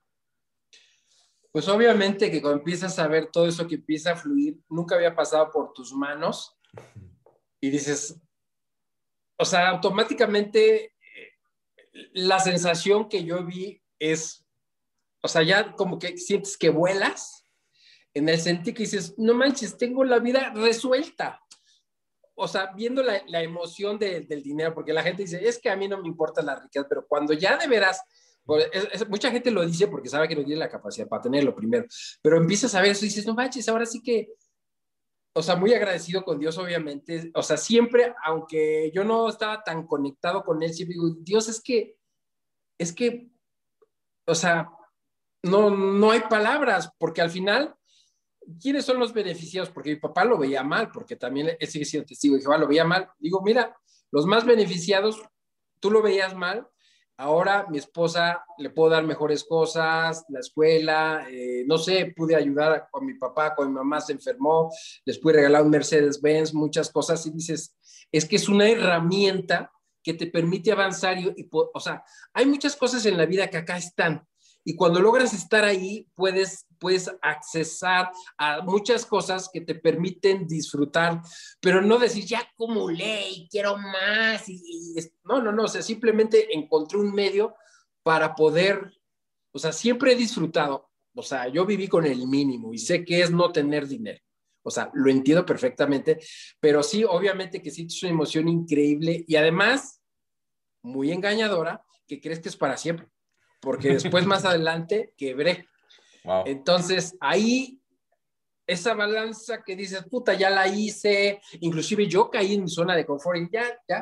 Pues obviamente que cuando empiezas a ver todo eso que empieza a fluir, nunca había pasado por tus manos y dices, o sea, automáticamente la sensación que yo vi es, o sea, ya como que sientes que vuelas en el sentido que dices, no manches, tengo la vida resuelta. O sea, viendo la emoción del dinero, porque la gente dice, es que a mí no me importa la riqueza, pero cuando ya de veras, mucha gente lo dice porque sabe que no tiene la capacidad para tenerlo primero, pero empiezas a ver eso y dices, no manches, ahora sí que, o sea, muy agradecido con Dios, obviamente, o sea, siempre, aunque yo no estaba tan conectado con Él, siempre digo, Dios, es que, o sea, no hay palabras, porque al final ¿quiénes son los beneficiados? Porque mi papá lo veía mal, porque también él sigue siendo testigo de Jehová, lo veía mal. Digo, mira, los más beneficiados, tú lo veías mal, ahora mi esposa le puedo dar mejores cosas, la escuela, no sé, pude ayudar con mi papá, con mi mamá se enfermó, les pude regalar un Mercedes-Benz, muchas cosas, y dices, es que es una herramienta que te permite avanzar o sea, hay muchas cosas en la vida que acá están, y cuando logras estar ahí, puedes accesar a muchas cosas que te permiten disfrutar, pero no decir, ya acumulé y quiero más. No, o sea, simplemente encontré un medio para poder, o sea, siempre he disfrutado. O sea, yo viví con el mínimo y sé qué es no tener dinero. O sea, lo entiendo perfectamente, pero sí, obviamente que sí es una emoción increíble y además muy engañadora que crees que es para siempre, porque después más adelante quebré. Wow. Entonces, ahí esa balanza que dices, puta, ya la hice, inclusive yo caí en mi zona de confort y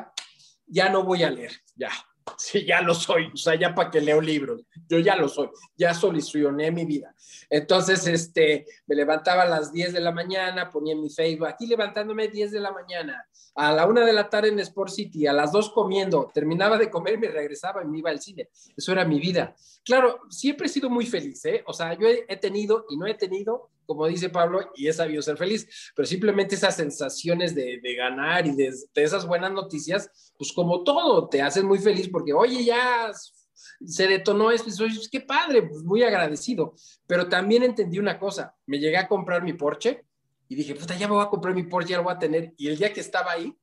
ya no voy a leer, ya. Sí, ya lo soy, o sea, ya para que leo libros, yo ya lo soy, ya solucioné mi vida. Entonces, me levantaba a las 10 de la mañana, ponía en mi Facebook, aquí levantándome 10 de la mañana, a la 1 de la tarde en Sport City, a las 2 comiendo, terminaba de comer, me regresaba y me iba al cine. Eso era mi vida. Claro, siempre he sido muy feliz, ¿eh? O sea, yo he tenido y no he tenido, como dice Pablo, y he sabido ser feliz, pero simplemente esas sensaciones de ganar y de esas buenas noticias, pues como todo, te hacen muy feliz porque, oye, ya se detonó esto, y soy, qué padre, pues muy agradecido. Pero también entendí una cosa, me llegué a comprar mi Porsche y dije, puta, ya me voy a comprar mi Porsche, ya lo voy a tener. Y el día que estaba ahí,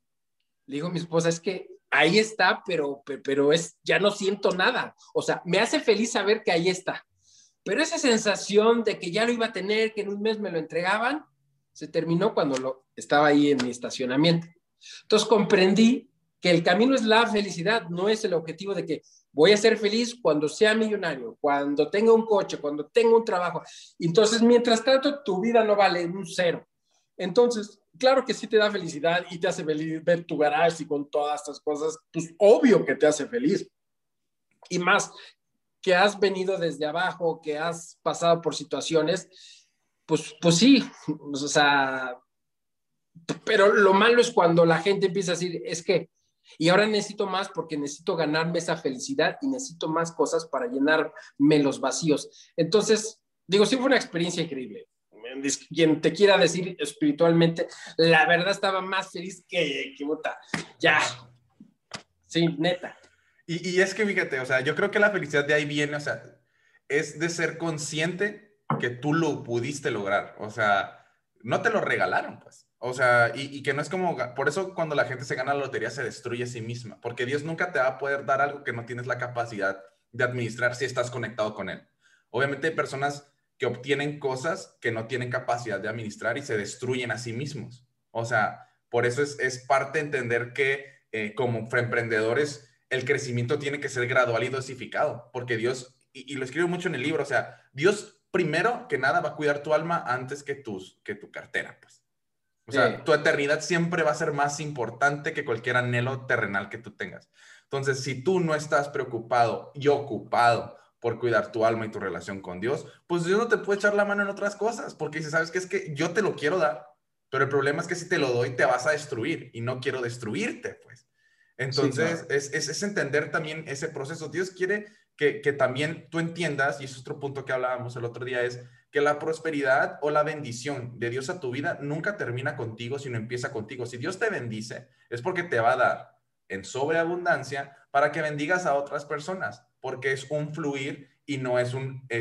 le digo a mi esposa, es que ahí está, pero ya no siento nada. O sea, me hace feliz saber que ahí está. Pero esa sensación de que ya lo iba a tener, que en un mes me lo entregaban, se terminó cuando estaba ahí en mi estacionamiento. Entonces comprendí que el camino es la felicidad, no es el objetivo de que voy a ser feliz cuando sea millonario, cuando tenga un coche, cuando tenga un trabajo. Entonces, mientras tanto, tu vida no vale un cero. Entonces, claro que sí te da felicidad y te hace feliz ver tu garage y con todas estas cosas, pues obvio que te hace feliz. Y más que has venido desde abajo, que has pasado por situaciones, pues sí, o sea, pero lo malo es cuando la gente empieza a decir, es que, y ahora necesito más porque necesito ganarme esa felicidad y necesito más cosas para llenarme los vacíos. Entonces, digo, sí fue una experiencia increíble. Quien te quiera decir espiritualmente, la verdad estaba más feliz que puta. Ya, sí, neta. Y es que fíjate, o sea, yo creo que la felicidad de ahí viene, o sea, es de ser consciente que tú lo pudiste lograr, o sea, no te lo regalaron, pues. O sea, y que no es como, por eso cuando la gente se gana la lotería se destruye a sí misma, porque Dios nunca te va a poder dar algo que no tienes la capacidad de administrar si estás conectado con Él. Obviamente hay personas que obtienen cosas que no tienen capacidad de administrar y se destruyen a sí mismos. O sea, por eso es parte de entender que como emprendedores el crecimiento tiene que ser gradual y dosificado, porque Dios, y lo escribo mucho en el libro, o sea, Dios primero que nada va a cuidar tu alma antes que tu cartera, pues. O sea, tu eternidad siempre va a ser más importante que cualquier anhelo terrenal que tú tengas. Entonces, si tú no estás preocupado y ocupado por cuidar tu alma y tu relación con Dios, pues Dios no te puede echar la mano en otras cosas, porque dice, ¿sabes qué? Es que yo te lo quiero dar, pero el problema es que si te lo doy te vas a destruir y no quiero destruirte, pues. Sí, Entonces, claro. es entender también ese proceso. Dios quiere que también tú entiendas, y es otro punto que hablábamos el otro día, es que la prosperidad o la bendición de Dios a tu vida nunca termina contigo, sino empieza contigo. Si Dios te bendice, es porque te va a dar en sobreabundancia para que bendigas a otras personas, porque es un fluir y no es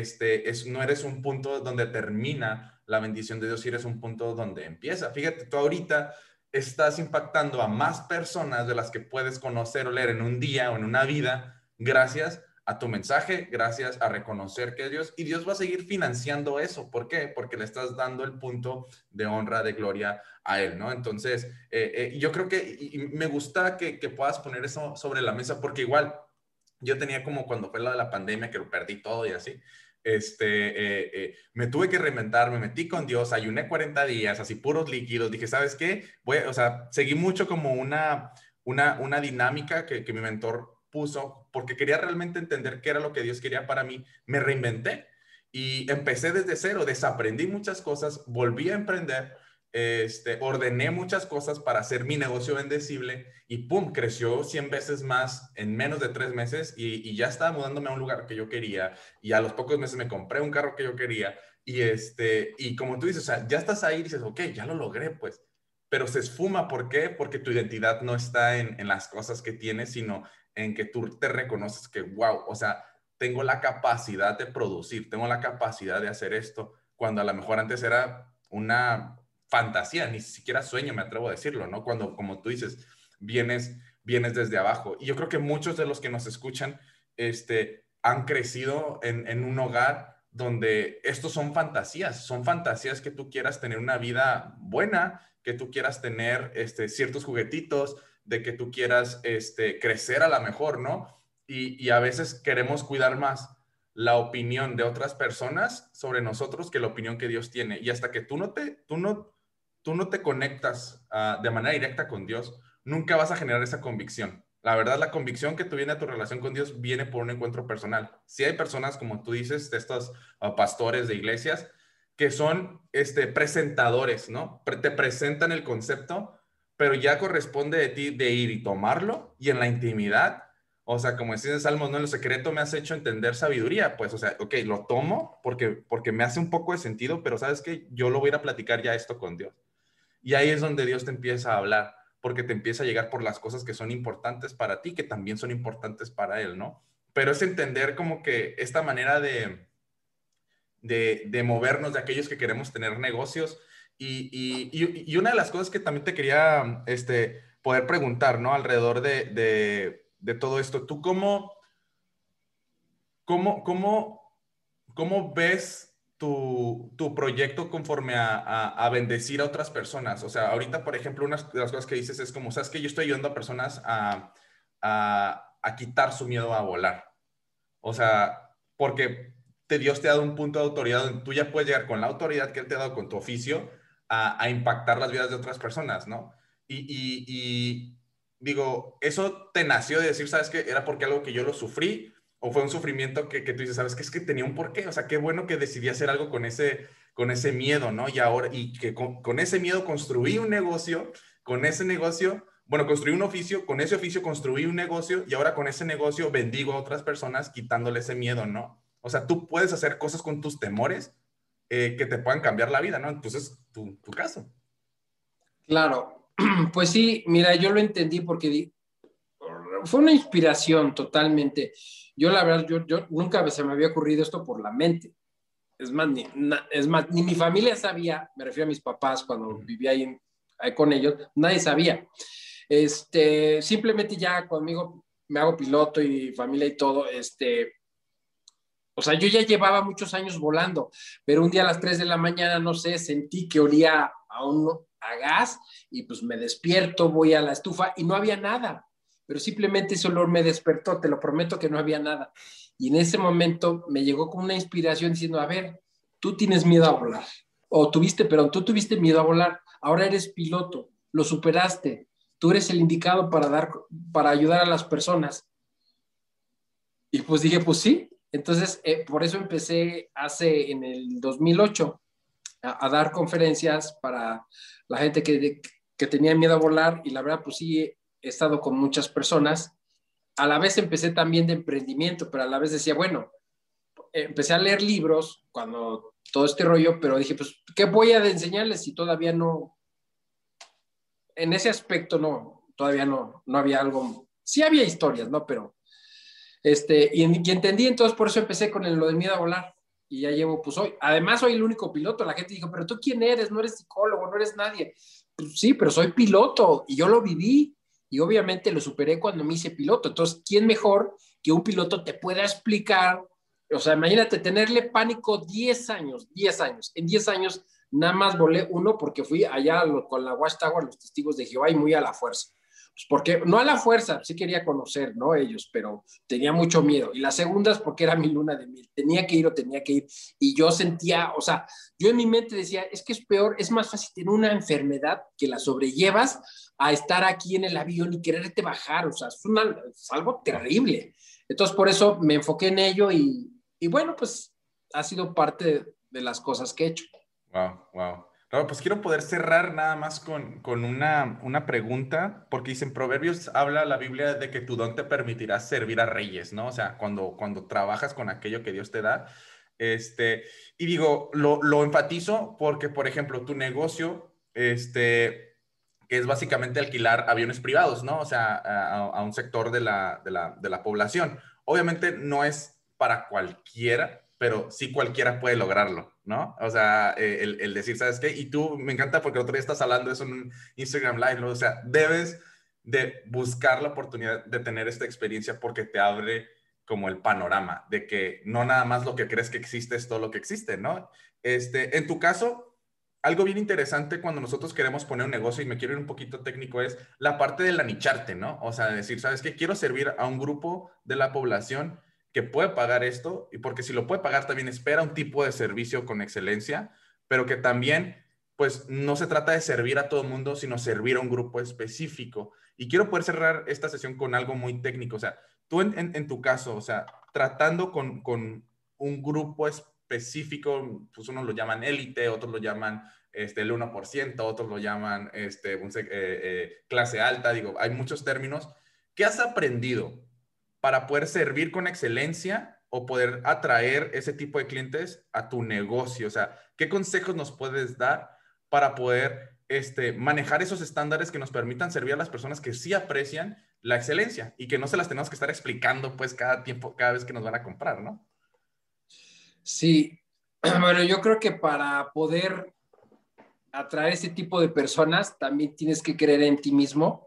no eres un punto donde termina la bendición de Dios y eres un punto donde empieza. Fíjate, tú ahorita estás impactando a más personas de las que puedes conocer o leer en un día o en una vida gracias a tu mensaje, gracias a reconocer que es Dios, y Dios va a seguir financiando eso. ¿Por qué? Porque le estás dando el punto de honra, de gloria a Él, ¿no? Entonces, yo creo que y me gusta que puedas poner eso sobre la mesa, porque igual yo tenía como cuando fue la de la pandemia, que lo perdí todo y así, me tuve que reinventar, me metí con Dios, ayuné 40 días, así puros líquidos, dije, ¿sabes qué? O sea, seguí mucho como una dinámica que mi mentor puso, porque quería realmente entender qué era lo que Dios quería para mí, me reinventé y empecé desde cero, desaprendí muchas cosas, volví a emprender, ordené muchas cosas para hacer mi negocio bendecible y pum, creció 100 veces más en menos de 3 meses y ya estaba mudándome a un lugar que yo quería y a los pocos meses me compré un carro que yo quería y como tú dices, o sea, ya estás ahí y dices, ok, ya lo logré, pues, pero se esfuma, ¿por qué? Porque tu identidad no está en las cosas que tienes, sino en que tú te reconoces que, wow, o sea, tengo la capacidad de producir, tengo la capacidad de hacer esto, cuando a lo mejor antes era una fantasía, ni siquiera sueño, me atrevo a decirlo, ¿no? Cuando, como tú dices, vienes desde abajo. Y yo creo que muchos de los que nos escuchan, han crecido en un hogar donde estos son fantasías que tú quieras tener una vida buena, que tú quieras tener ciertos juguetitos, de que tú quieras crecer a la mejor, ¿no? Y a veces queremos cuidar más la opinión de otras personas sobre nosotros que la opinión que Dios tiene. Y hasta que tú no te conectas de manera directa con Dios, nunca vas a generar esa convicción. La verdad, la convicción que tú viene a tu relación con Dios viene por un encuentro personal. Si hay personas, como tú dices, de estos pastores de iglesias, que son presentadores, ¿no? Te presentan el concepto, pero ya corresponde de ti de ir y tomarlo y en la intimidad, o sea, como decís en Salmos, ¿no? En lo secreto me has hecho entender sabiduría, pues, o sea, ok, lo tomo porque me hace un poco de sentido, pero ¿sabes qué? Yo lo voy a ir a platicar ya esto con Dios. Y ahí es donde Dios te empieza a hablar, porque te empieza a llegar por las cosas que son importantes para ti, que también son importantes para Él, ¿no? Pero es entender como que esta manera de movernos, de aquellos que queremos tener negocios. Y una de las cosas que también te quería poder preguntar, ¿no? Alrededor de todo esto, ¿tú cómo, cómo, cómo ves tu proyecto conforme a bendecir a otras personas? O sea, ahorita, por ejemplo, una de las cosas que dices es como, ¿sabes qué? Yo estoy ayudando a personas a quitar su miedo a volar. O sea, porque Dios te ha dado un punto de autoridad donde tú ya puedes llegar con la autoridad que Él te ha dado con tu oficio a impactar las vidas de otras personas, ¿no? Y digo, ¿eso te nació de decir, sabes qué? ¿Era porque algo que yo lo sufrí? ¿O fue un sufrimiento que tú dices, sabes qué? Es que tenía un porqué. O sea, qué bueno que decidí hacer algo con ese miedo, ¿no? Y ahora, y que con ese miedo construí un negocio, con ese negocio bueno, construí un oficio, con ese oficio construí un negocio y ahora con ese negocio bendigo a otras personas quitándole ese miedo, ¿no? O sea, tú puedes hacer cosas con tus temores que te puedan cambiar la vida, ¿no? Entonces, tu caso. Claro, pues sí, mira, yo lo entendí porque fue una inspiración totalmente. Yo la verdad, yo nunca se me había ocurrido esto por la mente. Es más, ni mi familia sabía, me refiero a mis papás cuando vivía ahí con ellos, nadie sabía. Simplemente ya conmigo me hago piloto y familia y todo, o sea, yo ya llevaba muchos años volando, pero un día a las 3 de la mañana, no sé, sentí que olía a gas y pues me despierto, voy a la estufa y no había nada, pero simplemente ese olor me despertó, te lo prometo que no había nada. Y en ese momento me llegó como una inspiración diciendo, a ver, tú tienes miedo a volar, o tuviste, perdón, tú tuviste miedo a volar, ahora eres piloto, lo superaste, tú eres el indicado para ayudar a las personas. Y pues dije, pues sí. Entonces, por eso empecé en el 2008 a dar conferencias para la gente que tenía miedo a volar y la verdad, pues sí, he estado con muchas personas. A la vez empecé también de emprendimiento, pero a la vez decía, bueno, empecé a leer libros cuando todo este rollo, pero dije, pues, ¿qué voy a enseñarles si todavía no, en ese aspecto no, todavía no había algo, sí había historias, ¿no? Pero y entendí, entonces por eso empecé con lo del miedo a volar. Y ya llevo, pues hoy, además soy el único piloto. La gente dijo, pero tú quién eres, no eres psicólogo, no eres nadie. Pues sí, pero soy piloto y yo lo viví y obviamente lo superé cuando me hice piloto. Entonces, ¿quién mejor que un piloto te pueda explicar? O sea, imagínate tenerle pánico 10 años, 10 años. En 10 años nada más volé uno porque fui allá con la Watchtower, los testigos de Jehová y muy a la fuerza. Pues porque no a la fuerza, sí quería conocer, ¿no? Ellos, pero tenía mucho miedo. Y la segunda es porque era mi luna de miel. Tenía que ir o tenía que ir. Y yo sentía, o sea, yo en mi mente decía, es que es peor, es más fácil tener una enfermedad que la sobrellevas a estar aquí en el avión y quererte bajar. O sea, es algo terrible. Entonces, por eso me enfoqué en ello y bueno, pues ha sido parte de las cosas que he hecho. Wow, wow. Claro, pues quiero poder cerrar nada más con una pregunta, porque dicen Proverbios, habla la Biblia de que tu don te permitirá servir a reyes, ¿no? O sea, cuando trabajas con aquello que Dios te da. Y digo, lo enfatizo porque, por ejemplo, tu negocio, que es básicamente alquilar aviones privados, ¿no? O sea, a un sector de la población. Obviamente no es para cualquiera, pero sí cualquiera puede lograrlo, ¿no? O sea, el decir, ¿sabes qué? Y tú, me encanta porque el otro día estás hablando de eso en un Instagram Live, ¿no? O sea, debes de buscar la oportunidad de tener esta experiencia porque te abre como el panorama, de que no nada más lo que crees que existe es todo lo que existe, ¿no? En tu caso, algo bien interesante cuando nosotros queremos poner un negocio, y me quiero ir un poquito técnico, es la parte del anicharte, ¿no? O sea, de decir, ¿sabes qué? Quiero servir a un grupo de la población que puede pagar esto, y porque si lo puede pagar también espera un tipo de servicio con excelencia, pero que también, pues, no se trata de servir a todo el mundo, sino servir a un grupo específico. Y quiero poder cerrar esta sesión con algo muy técnico, o sea, tú en tu caso, o sea, tratando con un grupo específico, pues unos lo llaman élite, otros lo llaman el 1%, otros lo llaman clase alta, digo, hay muchos términos. ¿Qué has aprendido para poder servir con excelencia o poder atraer ese tipo de clientes a tu negocio? O sea, ¿qué consejos nos puedes dar para poder manejar esos estándares que nos permitan servir a las personas que sí aprecian la excelencia y que no se las tenemos que estar explicando pues cada tiempo, cada vez que nos van a comprar, ¿no? Sí, bueno, yo creo que para poder atraer ese tipo de personas también tienes que creer en ti mismo,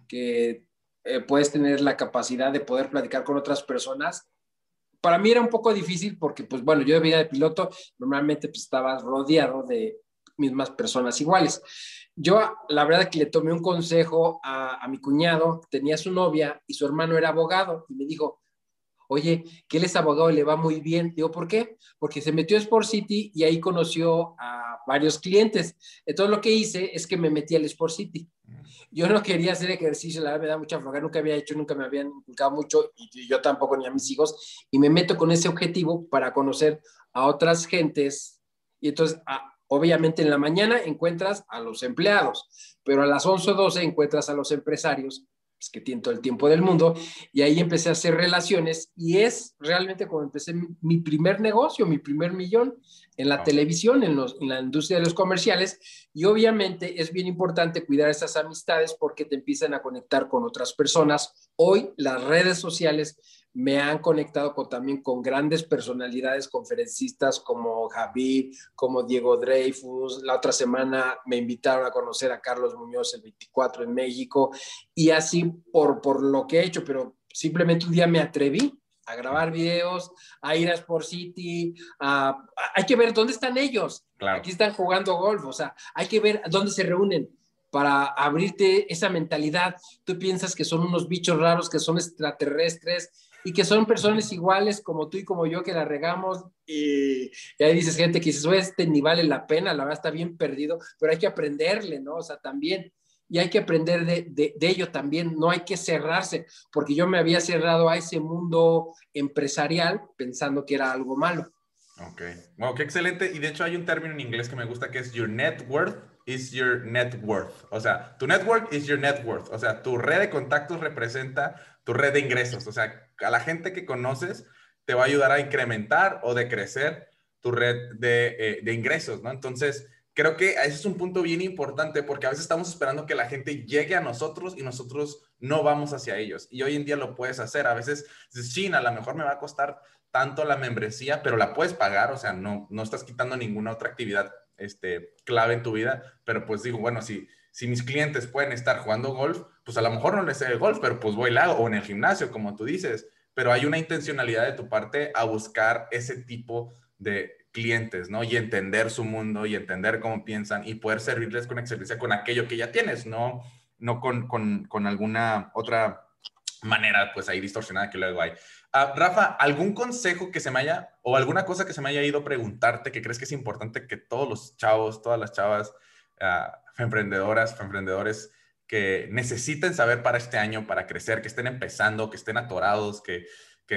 que puedes tener la capacidad de poder platicar con otras personas. Para mí era un poco difícil porque, pues bueno, yo de vida de piloto normalmente pues, estaba rodeado de mismas personas iguales. Yo, la verdad, que le tomé un consejo a mi cuñado, tenía su novia y su hermano era abogado, y me dijo, oye, que él es abogado y le va muy bien. Digo, ¿por qué? Porque se metió a Sport City y ahí conoció a varios clientes. Entonces lo que hice es que me metí al Sport City. Yo no quería hacer ejercicio, la verdad me da mucha flojera, nunca había hecho, nunca me habían inculcado mucho y yo tampoco ni a mis hijos, y me meto con ese objetivo para conocer a otras gentes. Y entonces, obviamente en la mañana encuentras a los empleados, pero a las 11 o 12 encuentras a los empresarios, pues, que tienen todo el tiempo del mundo, y ahí empecé a hacer relaciones y es realmente como empecé mi primer negocio, mi primer millón en la televisión, en la industria de los comerciales. Y obviamente es bien importante cuidar esas amistades porque te empiezan a conectar con otras personas. Hoy las redes sociales me han conectado también con grandes personalidades, conferencistas como Javid, como Diego Dreyfus. La otra semana me invitaron a conocer a Carlos Muñoz el 24 en México, y así por lo que he hecho, pero simplemente un día me atreví a grabar videos, a ir a Sport City, hay que ver dónde están ellos. Claro. Aquí están jugando golf, o sea, hay que ver dónde se reúnen para abrirte esa mentalidad. Tú piensas que son unos bichos raros, que son extraterrestres y que son personas iguales como tú y como yo que la regamos, y ahí dices gente que dices, este ni vale la pena, la verdad está bien perdido, pero hay que aprenderle, ¿no? O sea, también, y hay que aprender de ello también, no hay que cerrarse, porque yo me había cerrado a ese mundo empresarial pensando que era algo malo. Ok, wow, qué excelente. Y de hecho hay un término en inglés que me gusta que es your net worth is your net worth. O sea, tu network is your net worth. O sea, tu red de contactos representa tu red de ingresos. O sea, a la gente que conoces te va a ayudar a incrementar o de crecer tu red de ingresos, ¿no? Entonces, creo que ese es un punto bien importante porque a veces estamos esperando que la gente llegue a nosotros y nosotros no vamos hacia ellos. Y hoy en día lo puedes hacer. A veces dices, China, a lo mejor me va a costar tanto la membresía, pero la puedes pagar, o sea, no estás quitando ninguna otra actividad clave en tu vida, pero pues digo, bueno, si mis clientes pueden estar jugando golf, pues a lo mejor no les sé el golf, pero pues voy al lago o en el gimnasio, como tú dices, pero hay una intencionalidad de tu parte a buscar ese tipo de clientes, ¿no? Y entender su mundo y entender cómo piensan y poder servirles con excelencia con aquello que ya tienes, no con alguna otra manera, pues ahí distorsionada que luego hay. Rafa, ¿algún consejo que se me haya, o alguna cosa que se me haya ido preguntarte que crees que es importante que todos los chavos, todas las chavas, emprendedoras, emprendedores, que necesiten saber para este año, para crecer, que estén empezando, que estén atorados, que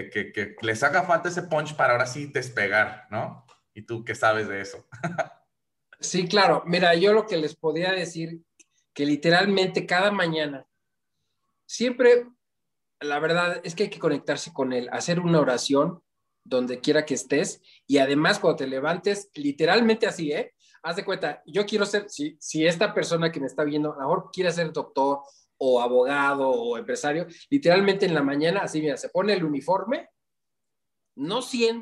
les haga falta ese punch para ahora sí despegar, ¿no? ¿Y tú qué sabes de eso? Sí, claro. Mira, yo lo que les podría decir, que literalmente cada mañana, siempre, la verdad es que hay que conectarse con él, hacer una oración donde quiera que estés, y además cuando te levantes, literalmente así, ¿eh? Haz de cuenta, yo quiero ser, si esta persona que me está viendo, a lo mejor quiere ser doctor o abogado o empresario, literalmente en la mañana, así, mira, se pone el uniforme, no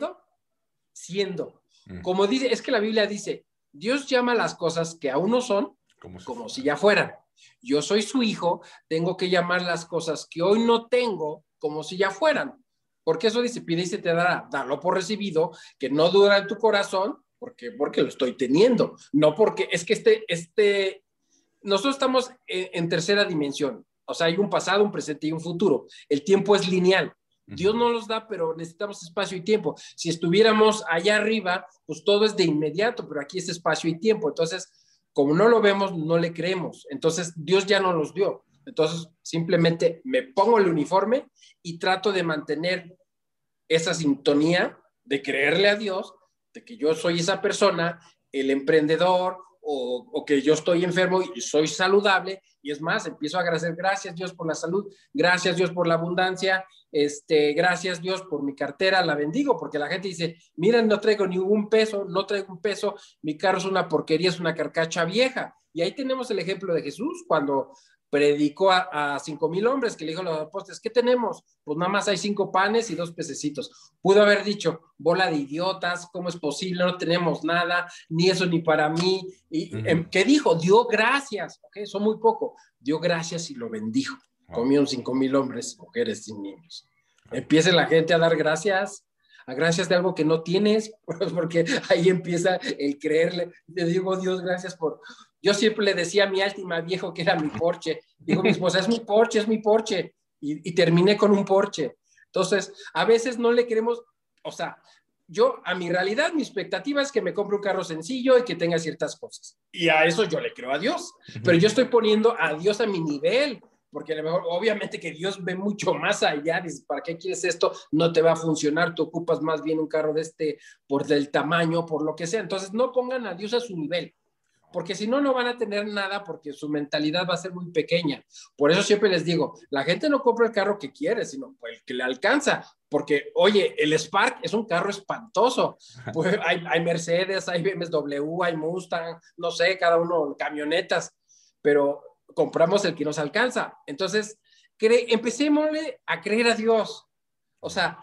siendo. Como dice, es que la Biblia dice, Dios llama las cosas que aún no son como si ya fueran. Yo soy su hijo, tengo que llamar las cosas que hoy no tengo como si ya fueran. Porque eso dice, pide y se te dará, dalo por recibido, que no dura en tu corazón, porque lo estoy teniendo, no porque, es que nosotros estamos en tercera dimensión, o sea, hay un pasado, un presente y un futuro, el tiempo es lineal. Dios no los da, pero necesitamos espacio y tiempo. Si estuviéramos allá arriba, pues todo es de inmediato, pero aquí es espacio y tiempo. Entonces, como no lo vemos, no le creemos. Entonces, Dios ya no los dio. Entonces, simplemente me pongo el uniforme y trato de mantener esa sintonía de creerle a Dios, de que yo soy esa persona, el emprendedor, o que yo estoy enfermo y soy saludable, y es más, empiezo a agradecer, gracias Dios por la salud, gracias Dios por la abundancia, gracias Dios por mi cartera, la bendigo, porque la gente dice, miren, no traigo ningún peso, no traigo un peso, mi carro es una porquería, es una carcacha vieja, y ahí tenemos el ejemplo de Jesús, cuando predicó a 5,000 hombres, que le dijo a los apóstoles, ¿qué tenemos? Pues nada más hay 5 panes y 2 pececitos. Pudo haber dicho, bola de idiotas, ¿cómo es posible? No tenemos nada, ni eso ni para mí. ¿Qué dijo? Dio gracias, ¿ok? Son muy poco. Dio gracias y lo bendijo. Comieron 5,000 hombres, mujeres y niños. Empiece la gente a dar gracias, a gracias de algo que no tienes, porque ahí empieza el creerle. Le digo, Dios, gracias por... Yo siempre le decía a mi Altima viejo que era mi Porsche. Digo, mi esposa, es mi Porsche, es mi Porsche. Y terminé con un Porsche. Entonces, a veces no le queremos, o sea, yo a mi realidad, mi expectativa es que me compre un carro sencillo y que tenga ciertas cosas. Y a eso yo le creo a Dios. Pero yo estoy poniendo a Dios a mi nivel, porque a lo mejor, obviamente que Dios ve mucho más allá, dice, ¿para qué quieres esto? No te va a funcionar, tú ocupas más bien un carro de por del tamaño, por lo que sea. Entonces, no pongan a Dios a su nivel, porque si no, no van a tener nada, porque su mentalidad va a ser muy pequeña. Por eso siempre les digo, la gente no compra el carro que quiere, sino el que le alcanza, porque, oye, el Spark es un carro espantoso. Pues hay Mercedes, hay BMW, hay Mustang, no sé, cada uno, camionetas, pero compramos el que nos alcanza. Entonces, empecémosle a creer a Dios. O sea,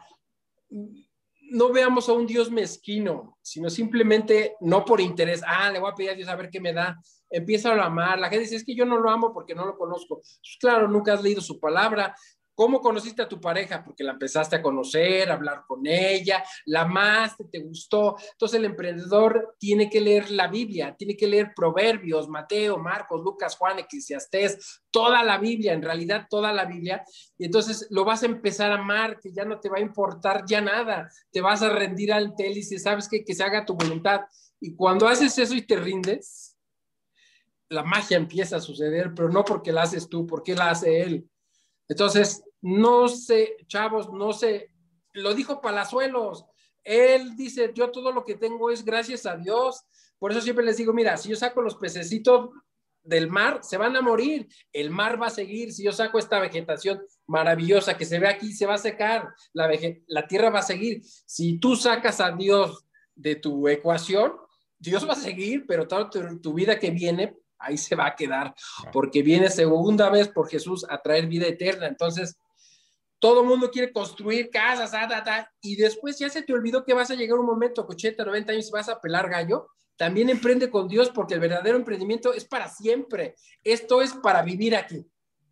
no veamos a un Dios mezquino, sino simplemente no por interés. Le voy a pedir a Dios a ver qué me da. Empieza a amar. La gente dice, es que yo no lo amo porque no lo conozco. Pues claro, nunca has leído su palabra. ¿Cómo conociste a tu pareja? Porque la empezaste a conocer, a hablar con ella, la amaste, te gustó. Entonces el emprendedor tiene que leer la Biblia, tiene que leer Proverbios, Mateo, Marcos, Lucas, Juan, Eclesiastés, toda la Biblia, en realidad toda la Biblia. Y entonces lo vas a empezar a amar, que ya no te va a importar ya nada. Te vas a rendir ante él y dices, ¿sabes qué? Que se haga tu voluntad. Y cuando haces eso y te rindes, la magia empieza a suceder, pero no porque la haces tú, porque la hace él. Entonces, no sé, chavos, no sé, lo dijo Palazuelos, él dice, yo todo lo que tengo es gracias a Dios, por eso siempre les digo, mira, si yo saco los pececitos del mar, se van a morir, el mar va a seguir, si yo saco esta vegetación maravillosa que se ve aquí, se va a secar, la tierra va a seguir, si tú sacas a Dios de tu ecuación, Dios va a seguir, pero toda tu vida que viene, ahí se va a quedar, porque viene segunda vez por Jesús a traer vida eterna. Entonces, todo el mundo quiere construir casas, y después ya se te olvidó que vas a llegar un momento, 80, 90 años, vas a pelar gallo. También emprende con Dios, porque el verdadero emprendimiento es para siempre. Esto es para vivir aquí.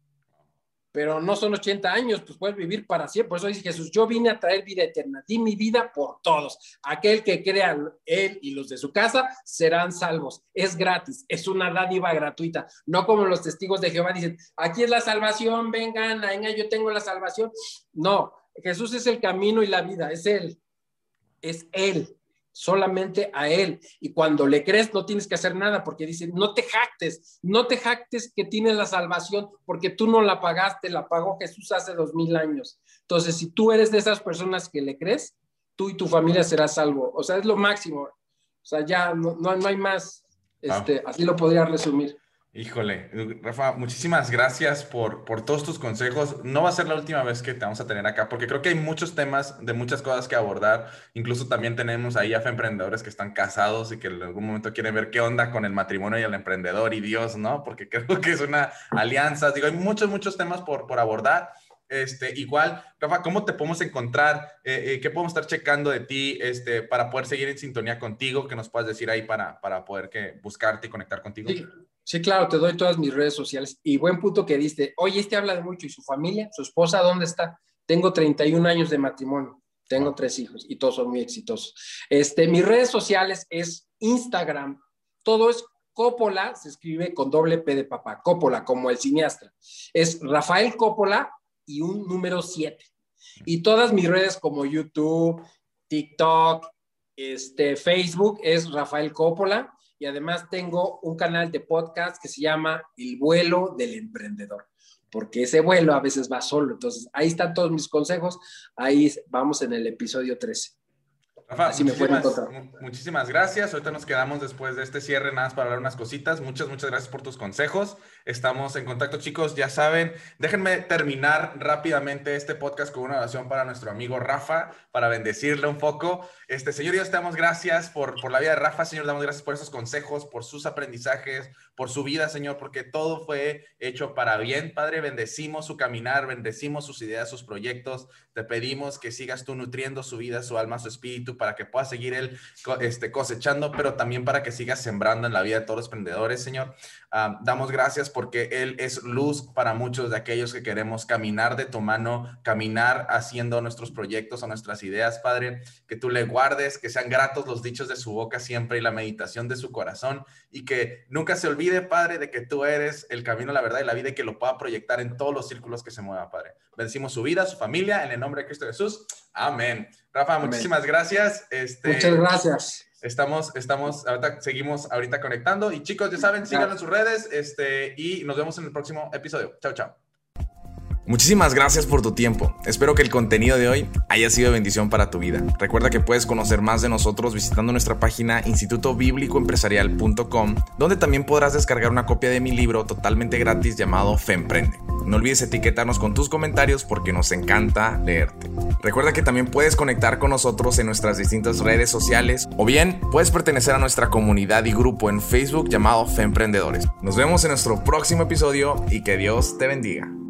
Pero no son 80 años, pues puedes vivir para siempre. Por eso dice Jesús, yo vine a traer vida eterna, di mi vida por todos. Aquel que crea, él y los de su casa serán salvos. Es gratis, es una dádiva gratuita. No como los testigos de Jehová dicen, aquí es la salvación, vengan, yo tengo la salvación. No, Jesús es el camino y la vida, es él. Solamente a él, y cuando le crees no tienes que hacer nada, porque dice, no te jactes que tienes la salvación, porque tú no la pagaste, la pagó Jesús hace 2000 años. Entonces, si tú eres de esas personas que le crees, tú y tu familia serás salvo. O sea, es lo máximo. O sea, ya no hay más. Así lo podría resumir. Híjole, Rafa, muchísimas gracias por todos tus consejos. No va a ser la última vez que te vamos a tener acá, porque creo que hay muchos temas de muchas cosas que abordar. Incluso también tenemos ahí a emprendedores que están casados y que en algún momento quieren ver qué onda con el matrimonio y el emprendedor y Dios, ¿no? Porque creo que es una alianza. Digo, hay muchos temas por abordar. Igual, Rafa, ¿cómo te podemos encontrar? ¿Qué podemos estar checando de ti para poder seguir en sintonía contigo? ¿Qué nos puedas decir ahí para poder buscarte y conectar contigo? Sí, claro, te doy todas mis redes sociales. Y buen punto que diste. Oye, habla de mucho. ¿Y su familia? ¿Su esposa dónde está? Tengo 31 años de matrimonio, tengo 3 hijos y todos son muy exitosos. Mis redes sociales es Instagram, todo es Coppola, se escribe con doble P de papá, Coppola, como el cineasta. Es Rafael Coppola y un número 7. Y todas mis redes como YouTube, TikTok, Facebook es Rafael Coppola. Y además tengo un canal de podcast que se llama El Vuelo del Emprendedor, porque ese vuelo a veces va solo. Entonces, ahí están todos mis consejos. Ahí vamos en el episodio 13. Rafa, así muchísimas gracias. Ahorita nos quedamos después de este cierre nada más para hablar unas cositas. Muchas gracias por tus consejos. Estamos en contacto, chicos, ya saben. Déjenme terminar rápidamente este podcast con una oración para nuestro amigo Rafa, para bendecirle un poco. Señor Dios, te damos gracias por la vida de Rafa, Señor. Damos gracias por esos consejos, por sus aprendizajes, por su vida, Señor, porque todo fue hecho para bien. Padre, bendecimos su caminar, bendecimos sus ideas, sus proyectos. Te pedimos que sigas tú nutriendo su vida, su alma, su espíritu, para que pueda seguir él cosechando, pero también para que siga sembrando en la vida de todos los emprendedores, Señor. Damos gracias porque Él es luz para muchos de aquellos que queremos caminar de tu mano, caminar haciendo nuestros proyectos o nuestras ideas, Padre. Que tú le guardes, que sean gratos los dichos de su boca siempre y la meditación de su corazón, y que nunca se olvide, Padre, de que tú eres el camino, la verdad y la vida, y que lo pueda proyectar en todos los círculos que se muevan, Padre. Bendecimos su vida, su familia, en el nombre de Cristo Jesús. Amén. Rafa, amén. Muchísimas gracias. Muchas gracias. Seguimos ahorita conectando. Y chicos, ya saben, síganos en sus redes y nos vemos en el próximo episodio. Chao, chao. Muchísimas gracias por tu tiempo. Espero que el contenido de hoy haya sido de bendición para tu vida. Recuerda que puedes conocer más de nosotros visitando nuestra página institutobiblicoempresarial.com, donde también podrás descargar una copia de mi libro totalmente gratis llamado Fe Emprende. No olvides etiquetarnos con tus comentarios porque nos encanta leerte. Recuerda que también puedes conectar con nosotros en nuestras distintas redes sociales, o bien puedes pertenecer a nuestra comunidad y grupo en Facebook llamado Fe Emprendedores. Nos vemos en nuestro próximo episodio y que Dios te bendiga.